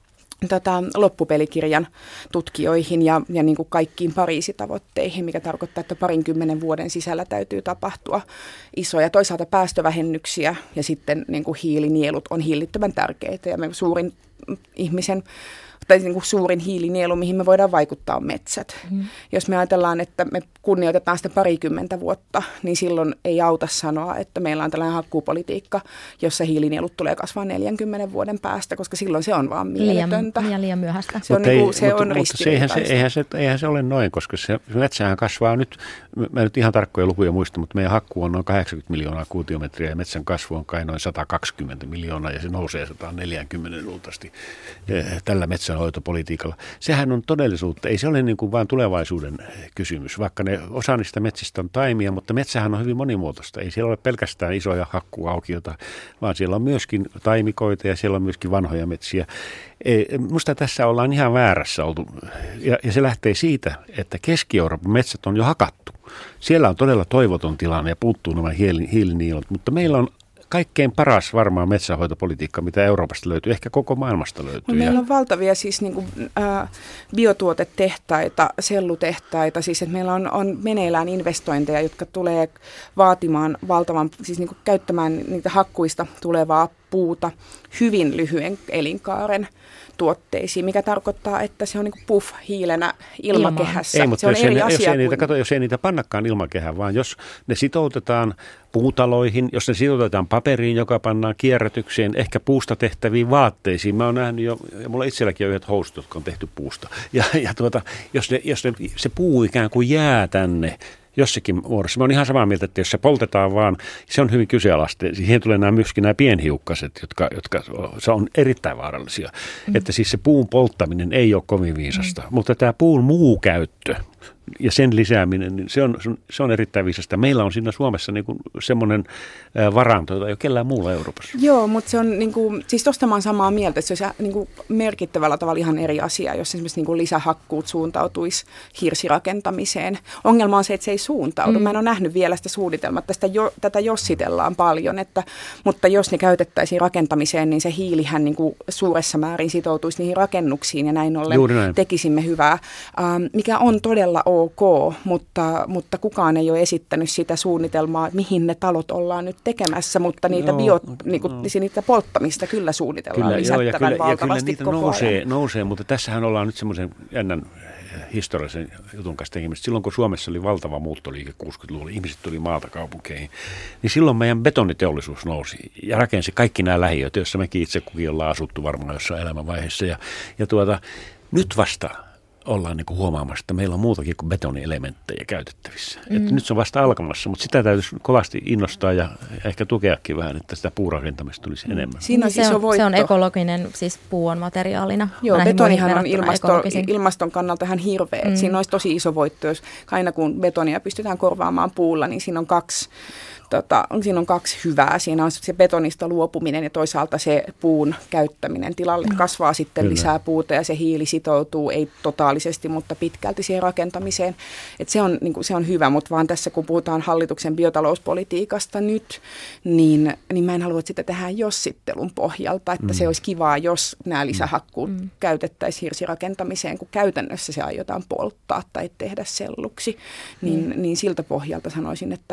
Tätä loppupelikirjan tutkijoihin ja, ja niin kuin kaikkiin Pariisitavoitteihin, mikä tarkoittaa, että parinkymmenen vuoden sisällä täytyy tapahtua isoja toisaalta päästövähennyksiä ja sitten niin kuin hiilinielut on hillittömän tärkeitä ja me suurin ihmisen tai niin kuin suurin hiilinielu, mihin me voidaan vaikuttaa, on metsät. Mm. Jos me ajatellaan, että me kunnioitetaan sitä parikymmentä vuotta, niin silloin ei auta sanoa, että meillä on tällainen hakkuupolitiikka, jossa hiilinielut tulee kasvaa neljänkymmenen vuoden päästä, koska silloin se on vaan mieletöntä. Liian, liian myöhäistä. Se on, ei, niin kuin, se mutta, on mutta se, eihän, se, eihän, se, eihän se ole noin, koska se metsähän kasvaa nyt, mä nyt ihan tarkkoja lukuja muista, mutta meidän hakkuu on noin kahdeksankymmentä miljoonaa kuutiometriä ja metsän kasvu on kai noin sata kaksikymmentä miljoonaa ja se nousee sata neljäkymmentä luultavasti tällä metsänhoitopolitiikalla. Sehän on todellisuutta. Ei se ole niin kuin vain tulevaisuuden kysymys, vaikka ne, osa niistä metsistä on taimia, mutta metsähän on hyvin monimuotoista. Ei siellä ole pelkästään isoja hakkuaukiota, vaan siellä on myöskin taimikoita ja siellä on myöskin vanhoja metsiä. Minusta tässä ollaan ihan väärässä oltu ja, ja se lähtee siitä, että Keski-Euroopan metsät on jo hakattu. Siellä on todella toivoton tilanne ja puuttuu nämä hiilinielot, mutta meillä on kaikkein paras varmaan metsänhoitopolitiikka, mitä Euroopasta löytyy, ehkä koko maailmasta löytyy. No, meillä on valtavia siis niin kuin, ä, biotuotetehtaita, sellutehtaita, siis että meillä on, on meneillään investointeja, jotka tulee vaatimaan valtavan, siis niin kuin käyttämään niitä hakkuista tulevaa puuta hyvin lyhyen elinkaaren tuotteisiin, mikä tarkoittaa, että se on niin kuin puff hiilenä ilmakehässä. Ei, mutta se on jos, eri ei, asia jos, ei niitä, kuin... kato, jos ei niitä pannakaan ilmakehään, vaan jos ne sitoutetaan puutaloihin, jos ne sitoutetaan paperiin, joka pannaan kierrätykseen, ehkä puusta tehtäviin vaatteisiin. Mä oon nähnyt jo, ja mulla itselläkin on yhdet housut, jotka on tehty puusta. Ja, ja tuota, jos, ne, jos ne, se puu ikään kuin jää tänne jossakin muodossa. Mä oon ihan samaa mieltä, että jos se poltetaan vaan, se on hyvin kyseenalaista. Siihen tulee nämä myöskin nämä pienhiukkaset, jotka, jotka se on erittäin vaarallisia. Mm. Että siis se puun polttaminen ei ole kovin viisasta, mm. mutta tämä puun muu käyttö ja sen lisääminen, niin se on, se on erittäin viisasta. Meillä on siinä Suomessa niin kuin semmoinen varanto, jota ei ole kellään muulla Euroopassa. Joo, mutta se on, niin kuin, siis tuosta mä oon samaa mieltä, että se olisi niin kuin merkittävällä tavalla ihan eri asia, jos esimerkiksi niin kuin lisähakkuut suuntautuisi hirsirakentamiseen. Ongelma on se, että se ei suuntaudu. Mm. Mä en ole nähnyt vielä sitä suunnitelmaa, tästä jo, tätä jossitellaan paljon, että, mutta jos ne käytettäisiin rakentamiseen, niin se hiilihän niin kuin suuressa määrin sitoutuisi niihin rakennuksiin ja näin ollen näin. Tekisimme hyvää, ähm, mikä on todella ok, mutta, mutta kukaan ei ole esittänyt sitä suunnitelmaa, mihin ne talot ollaan nyt tekemässä, mutta niitä, no, bio, niinku, no. niitä polttamista kyllä suunnitellaan kyllä, lisättävän joo, ja kyllä, valtavasti ja kyllä niitä nousee, ajan. nousee, mutta tässähän ollaan nyt semmoisen jännän historiallisen jutun kanssa tekemistä. Silloin kun Suomessa oli valtava muuttoliike kuusikymmentäluvulla, ihmiset tuli maalta kaupunkeihin, niin silloin meidän betoniteollisuus nousi ja rakensi kaikki nämä lähiöt, joissa mekin itse kukin ollaan asuttu varmaan jossain elämänvaiheessa. Ja, ja tuota, nyt vasta ollaan niin kuin huomaamassa, että meillä on muutakin kuin betonielementtejä käytettävissä. Mm. Että nyt se on vasta alkamassa, mutta sitä täytyisi kovasti innostaa ja ehkä tukeakin vähän, että sitä puurakentamista tulisi mm. enemmän. Siinä on, se, on, se on ekologinen, siis puu on materiaalina. Joo, betonihan on ilmasto, ilmaston kannalta ihan hirveä. Mm. Siinä olisi tosi iso voitto, jos aina kun betonia pystytään korvaamaan puulla, niin siinä on kaksi... Tota, siinä on kaksi hyvää. Siinä on se betonista luopuminen ja toisaalta se puun käyttäminen. Tilalle kasvaa sitten Kyllä. lisää puuta ja se hiili sitoutuu, ei totaalisesti, mutta pitkälti siihen rakentamiseen. Et se, on, niin kuin, se on hyvä, mutta vaan tässä kun puhutaan hallituksen biotalouspolitiikasta nyt, niin, niin mä en halua, että sitä tehdään jossittelun pohjalta. Että mm. se olisi kivaa, jos nämä lisähakkuut mm. käytettäisiin hirsirakentamiseen, kun käytännössä se aiotaan polttaa tai tehdä selluksi. Niin, mm. niin siltä pohjalta sanoisin, että...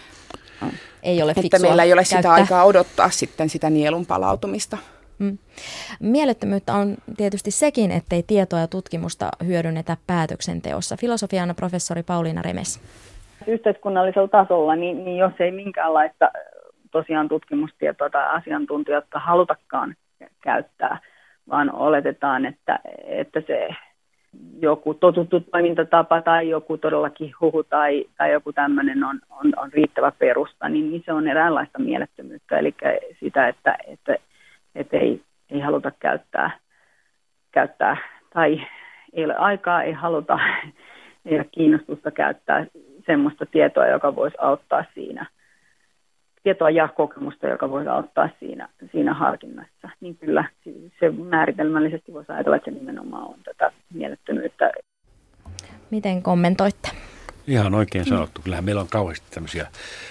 Ei ole että meillä ei ole käyttää. sitä aikaa odottaa sitten sitä nielun palautumista. Mm. Mielettömyyttä on tietysti sekin, ettei tietoa ja tutkimusta hyödynnetä päätöksenteossa. Filosofian professori Pauliina Remes. Yhteiskunnallisella tasolla, niin, niin jos ei minkäänlaista tosiaan tutkimustietoa tai asiantuntijoita halutakaan käyttää, vaan oletetaan, että, että se joku totuttu toimintatapa tai joku todellakin huhu tai, tai joku tämmöinen on, on, on riittävä perusta, niin, niin se on eräänlaista mielettömyyttä, eli sitä, että, että, että ei, ei haluta käyttää, käyttää tai ei ole aikaa, ei haluta, ei ole kiinnostusta käyttää semmoista tietoa, joka voisi auttaa siinä, tietoa ja kokemusta, joka voisi auttaa siinä, siinä harkinnassa. Niin kyllä se määritelmällisesti voisi ajatella, että se nimenomaan on tätä mielettömyyttä. Miten kommentoitte? Ihan oikein sanottu. Kyllähän meillä on kauheasti tämmöisiä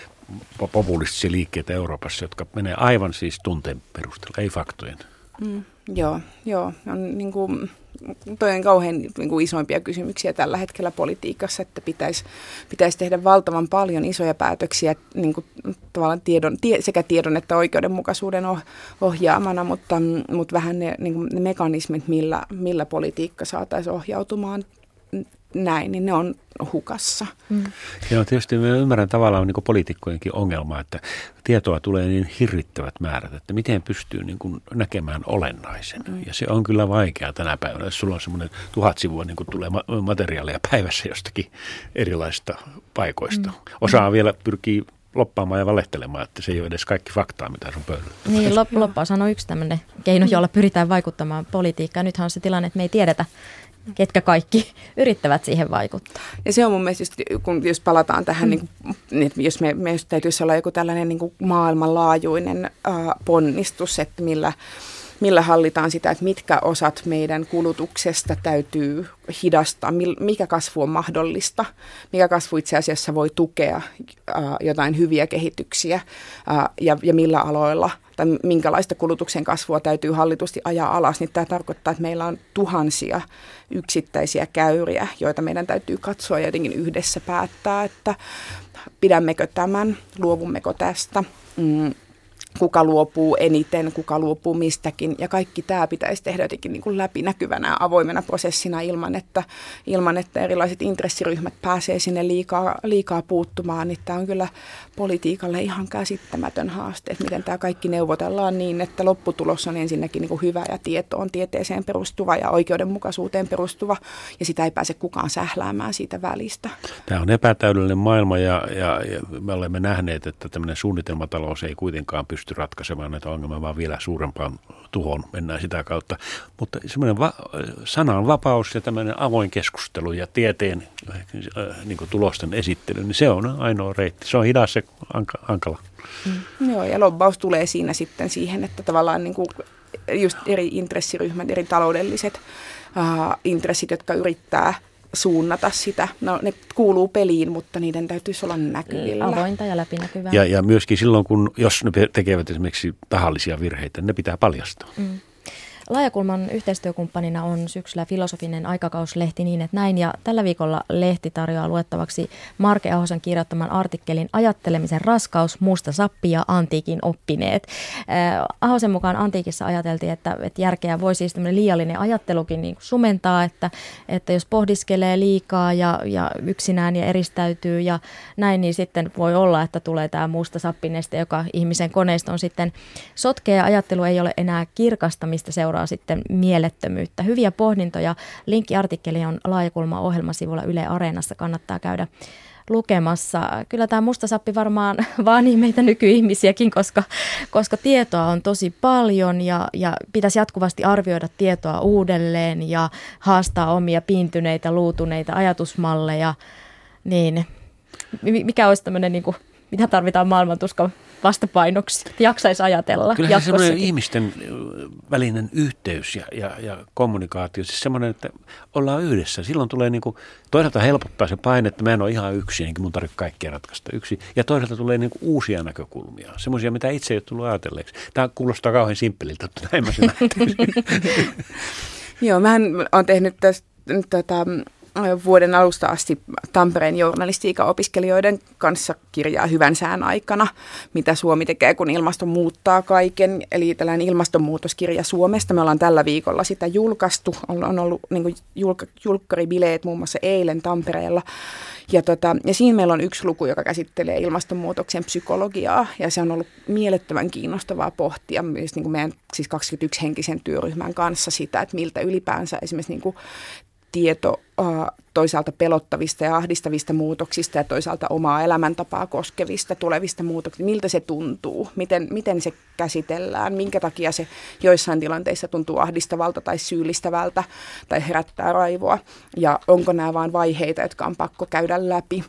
populistisia liikkeitä Euroopassa, jotka menee aivan siis tunteen perusteella, ei faktojen. Mm, joo, joo. On niin kuin, toi on kauhean niin kuin isoimpia kysymyksiä tällä hetkellä politiikassa, että pitäisi, pitäisi tehdä valtavan paljon isoja päätöksiä niin kuin, tavallaan tiedon, tie, sekä tiedon että oikeudenmukaisuuden ohjaamana, mutta, mutta vähän ne, niin kuin ne mekanismit, millä, millä politiikka saataisiin ohjautumaan näin, niin ne on hukassa. Mm. Joo, tietysti ymmärrän tavallaan niin kuin poliitikkojenkin ongelmaa, että tietoa tulee niin hirvittävät määrät, että miten pystyy niin kuin näkemään olennaisen. Mm. Ja se on kyllä vaikeaa tänä päivänä, jos sulla on semmoinen tuhat sivua, niin kuin tulee materiaalia päivässä jostakin erilaisista paikoista. Mm. Osaa mm. vielä pyrkii loppaamaan ja valehtelemaan, että se ei ole edes kaikki faktaa, mitä sun pöydällä. Niin, lop- loppaus on yksi tämmöinen keino, jolla pyritään vaikuttamaan politiikkaan. Nythän on se tilanne, että me ei tiedetä, ketkä kaikki yrittävät siihen vaikuttaa. Ja se on mun mielestä, just, kun jos palataan tähän, mm. niin, jos me, me täytyisi olla joku tällainen niin kuin maailmanlaajuinen äh, ponnistus, että millä, millä hallitaan sitä, että mitkä osat meidän kulutuksesta täytyy hidastaa, mikä kasvu on mahdollista, mikä kasvu itse asiassa voi tukea äh, jotain hyviä kehityksiä äh, ja, ja millä aloilla tai minkälaista kulutuksen kasvua täytyy hallitusti ajaa alas, niin tämä tarkoittaa, että meillä on tuhansia yksittäisiä käyriä, joita meidän täytyy katsoa ja jotenkin yhdessä päättää, että pidämmekö tämän, luovummeko tästä, mm, kuka luopuu eniten, kuka luopuu mistäkin. Ja kaikki tämä pitäisi tehdä jotenkin niin kuin läpinäkyvänä avoimena prosessina ilman että, ilman, että erilaiset intressiryhmät pääsee sinne liikaa, liikaa puuttumaan. Niin tämä on kyllä politiikalle ihan käsittämätön haaste, että miten tämä kaikki neuvotellaan niin, että lopputulos on ensinnäkin niin kuin hyvä ja tietoon, tieteeseen perustuva ja oikeudenmukaisuuteen perustuva. Ja sitä ei pääse kukaan sähläämään siitä välistä. Tämä on epätäydellinen maailma ja, ja, ja me olemme nähneet, että tämmöinen suunnitelmatalous ei kuitenkaan pysty ratkaisemaan näitä ongelmia, vaan vielä suurempaan tuhoon mennään sitä kautta. Mutta semmoinen va- sananvapaus ja tämmöinen avoin keskustelu ja tieteen äh, niin kuin tulosten esittely, niin se on ainoa reitti. Se on hidas ja anka- hankala. Mm. Joo, ja lobbaus tulee siinä sitten siihen, että tavallaan niin kuin just eri intressiryhmät, eri taloudelliset äh, intressit, jotka yrittää suunnata sitä. No ne kuuluu peliin, mutta niiden täytyisi olla näkyvillä. Avointa ja läpinäkyvää. Ja, ja myöskin silloin, kun jos ne tekevät esimerkiksi tahallisia virheitä, ne pitää paljastaa. Mm. Laajakulman yhteistyökumppanina on syksyllä Filosofinen aikakauslehti Niin et näin, ja tällä viikolla lehti tarjoaa luettavaksi Marke Ahosen kirjoittaman artikkelin Ajattelemisen raskaus, musta sappi ja antiikin oppineet. Äh, Ahosen mukaan antiikissa ajateltiin, että, että järkeä voi siis tämmöinen liiallinen ajattelukin niin kuin sumentaa, että, että jos pohdiskelee liikaa ja, ja yksinään ja eristäytyy ja näin, niin sitten voi olla, että tulee tämä musta sappineste, joka ihmisen koneiston sitten sotkee. Ajattelu ei ole enää kirkasta, mistä seuraa sitten mielettömyyttä. Hyviä pohdintoja. Linkki artikkeli on Laajakulma ohjelmasivulla Yle Areenassa. Kannattaa käydä lukemassa. Kyllä tämä musta sappi varmaan vaanii meitä nykyihmisiäkin, koska, koska tietoa on tosi paljon ja, ja pitäisi jatkuvasti arvioida tietoa uudelleen ja haastaa omia piintyneitä, luutuneita ajatusmalleja. Niin, mikä olisi tämmöinen, niin kuin, mitä tarvitaan maailmantuskan vastapainoksi, että jaksaisi ajatella Kyllähän jatkossakin. Semmoinen ihmisten välinen yhteys ja, ja, ja kommunikaatio, siis semmoinen, että ollaan yhdessä. Silloin tulee niin kuin, toisaalta helpottaa se paine, että mä en ole ihan yksin, enkä mun tarvitse kaikkea ratkaista yksin. Ja toisaalta tulee niin kuin uusia näkökulmia, semmoisia, mitä itse ei ole tullut ajatelleeksi. Tämä kuulostaa kauhean simppeliltä, mutta näin mä sen ajattelisin. Joo, mähän olen tehnyt tästä, tätä vuoden alusta asti Tampereen journalistiikan-opiskelijoiden kanssa kirjaa Hyvän sään aikana, mitä Suomi tekee, kun ilmasto muuttaa kaiken. Eli tällainen ilmastonmuutoskirja Suomesta. Me ollaan tällä viikolla sitä julkaistu. On, on ollut niin kuin julk, julkkaribileet muun muassa eilen Tampereella. Ja, tota, ja siinä meillä on yksi luku, joka käsittelee ilmastonmuutoksen psykologiaa, ja se on ollut mielettömän kiinnostavaa pohtia myös niin kuin meidän siis kaksikymmentäyksi-henkisen työryhmän kanssa sitä, että miltä ylipäänsä esimerkiksi niin kuin tieto toisaalta pelottavista ja ahdistavista muutoksista ja toisaalta omaa elämäntapaa koskevista tulevista muutoksista, miltä se tuntuu, miten, miten se käsitellään, minkä takia se joissain tilanteissa tuntuu ahdistavalta tai syyllistävältä tai herättää raivoa, ja onko nämä vain vaiheita, jotka on pakko käydä läpi.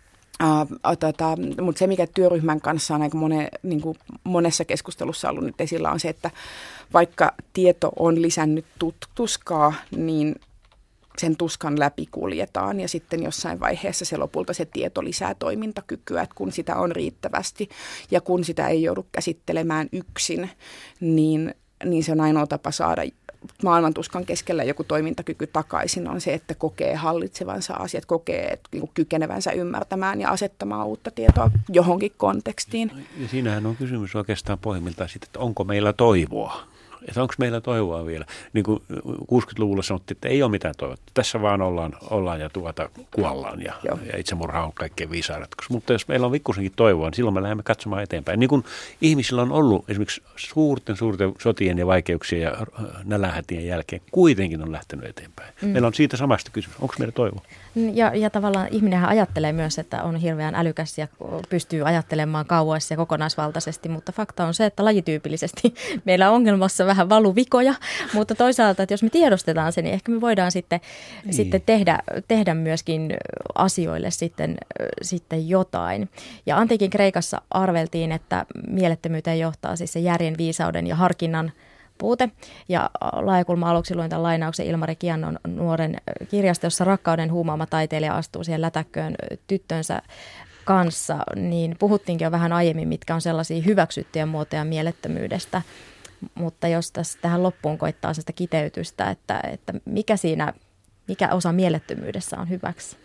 Uh, tota, mutta se, mikä työryhmän kanssa on aika mone, niin kuin monessa keskustelussa ollut nyt esillä, on se, että vaikka tieto on lisännyt tut- tuskaa, niin sen tuskan läpi kuljetaan, ja sitten jossain vaiheessa se lopulta se tieto lisää toimintakykyä, että kun sitä on riittävästi ja kun sitä ei joudu käsittelemään yksin, niin, niin se on ainoa tapa saada maailman tuskan keskellä joku toimintakyky takaisin, on se, että kokee hallitsevansa asiat, kokee että kykenevänsä ymmärtämään ja asettamaan uutta tietoa johonkin kontekstiin. Ja siinähän on kysymys oikeastaan pohjimmiltaan siitä, että onko meillä toivoa. Että onko meillä toivoa vielä? Niin kuin kuusikymmentäluvulla sanottiin, että ei ole mitään toivoa. Tässä vaan ollaan, ollaan ja tuota kuollaan ja, ja itsemurha on kaikkein viisain ratkaisu. Mutta jos meillä on vikkusenkin toivoa, niin silloin me lähdemme katsomaan eteenpäin. Niin kuin ihmisillä on ollut esimerkiksi suurten suurten sotien ja vaikeuksien ja nälänhätien jälkeen kuitenkin on lähtenyt eteenpäin. Mm. Meillä on siitä samasta kysymys. Onko meillä toivoa? Ja, ja tavallaan ihminenhän ajattelee myös, että on hirveän älykäs ja pystyy ajattelemaan kauas ja kokonaisvaltaisesti, mutta fakta on se, että lajityypillisesti meillä on ongelmassa vähän valuvikoja, mutta toisaalta, että jos me tiedostetaan se, niin ehkä me voidaan sitten, niin. sitten tehdä, tehdä myöskin asioille sitten, sitten jotain. Ja antiikin Kreikassa arveltiin, että mielettömyyteen johtaa siis se järjen, viisauden ja harkinnan puute. Ja Laajakulma aluksi luin tämän lainauksen Ilmari Kiannon nuoren kirjasta, jossa rakkauden huumaama taiteilija astuu siihen lätäkköön tyttönsä kanssa, niin puhuttiinkin jo vähän aiemmin, mitkä on sellaisia hyväksyttyjä muotoja mielettömyydestä. Mutta jos tässä tähän loppuun koittaa sitä kiteytystä, että, että mikä siinä, mikä osa mielettömyydessä on hyväksi?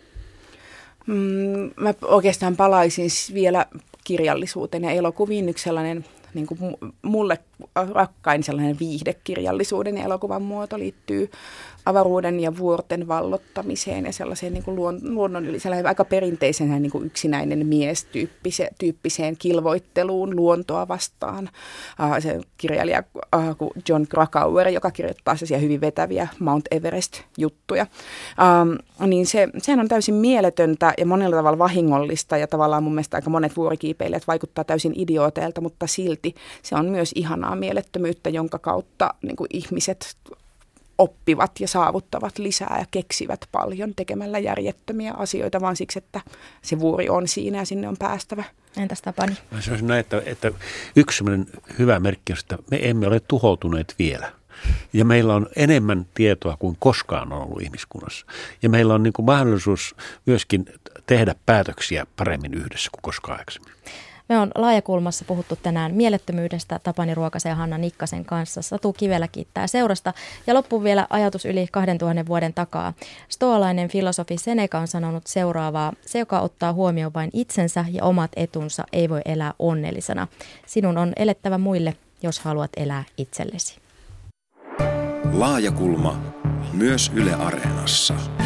Mm, mä oikeastaan palaisin vielä kirjallisuuteen ja elokuviin. Yksi sellainen niin kuin mulle rakkain sellainen viihdekirjallisuuden ja elokuvan muoto liittyy avaruuden ja vuorten vallottamiseen ja sellaiseen niin kuin luon, luonnon yli, sellainen aika perinteisen niin kuin yksinäinen mies tyyppise, tyyppiseen kilvoitteluun luontoa vastaan. Uh, se kirjailija uh, John Krakauer, joka kirjoittaa sellaisia hyvin vetäviä Mount Everest-juttuja, um, niin se, sehän on täysin mieletöntä ja monella tavalla vahingollista ja tavallaan mun mielestä aika monet vuorikiipeilijät vaikuttaa täysin idiooteilta, mutta silti se on myös ihanaa mielettömyyttä, jonka kautta niin kuin ihmiset oppivat ja saavuttavat lisää ja keksivät paljon tekemällä järjettömiä asioita, vaan siksi, että se vuori on siinä ja sinne on päästävä. Entäs Tapani? Mä sanoisin näin, että, että yksi sellainen hyvä merkki on, että me emme ole tuhoutuneet vielä. Ja meillä on enemmän tietoa kuin koskaan on ollut ihmiskunnassa. Ja meillä on niin kuin mahdollisuus myöskin tehdä päätöksiä paremmin yhdessä kuin koskaan aikaisemmin. Me on Laajakulmassa puhuttu tänään mielettömyydestä Tapani Ruokasen ja Hanna Nikkasen kanssa. Satu Kivelä kiittää seurasta. Ja loppuun vielä ajatus yli kahdentuhannen vuoden takaa. Stoalainen filosofi Seneca on sanonut seuraavaa: se, joka ottaa huomioon vain itsensä ja omat etunsa, ei voi elää onnellisena. Sinun on elettävä muille, jos haluat elää itsellesi. Laajakulma myös Yle Areenassa.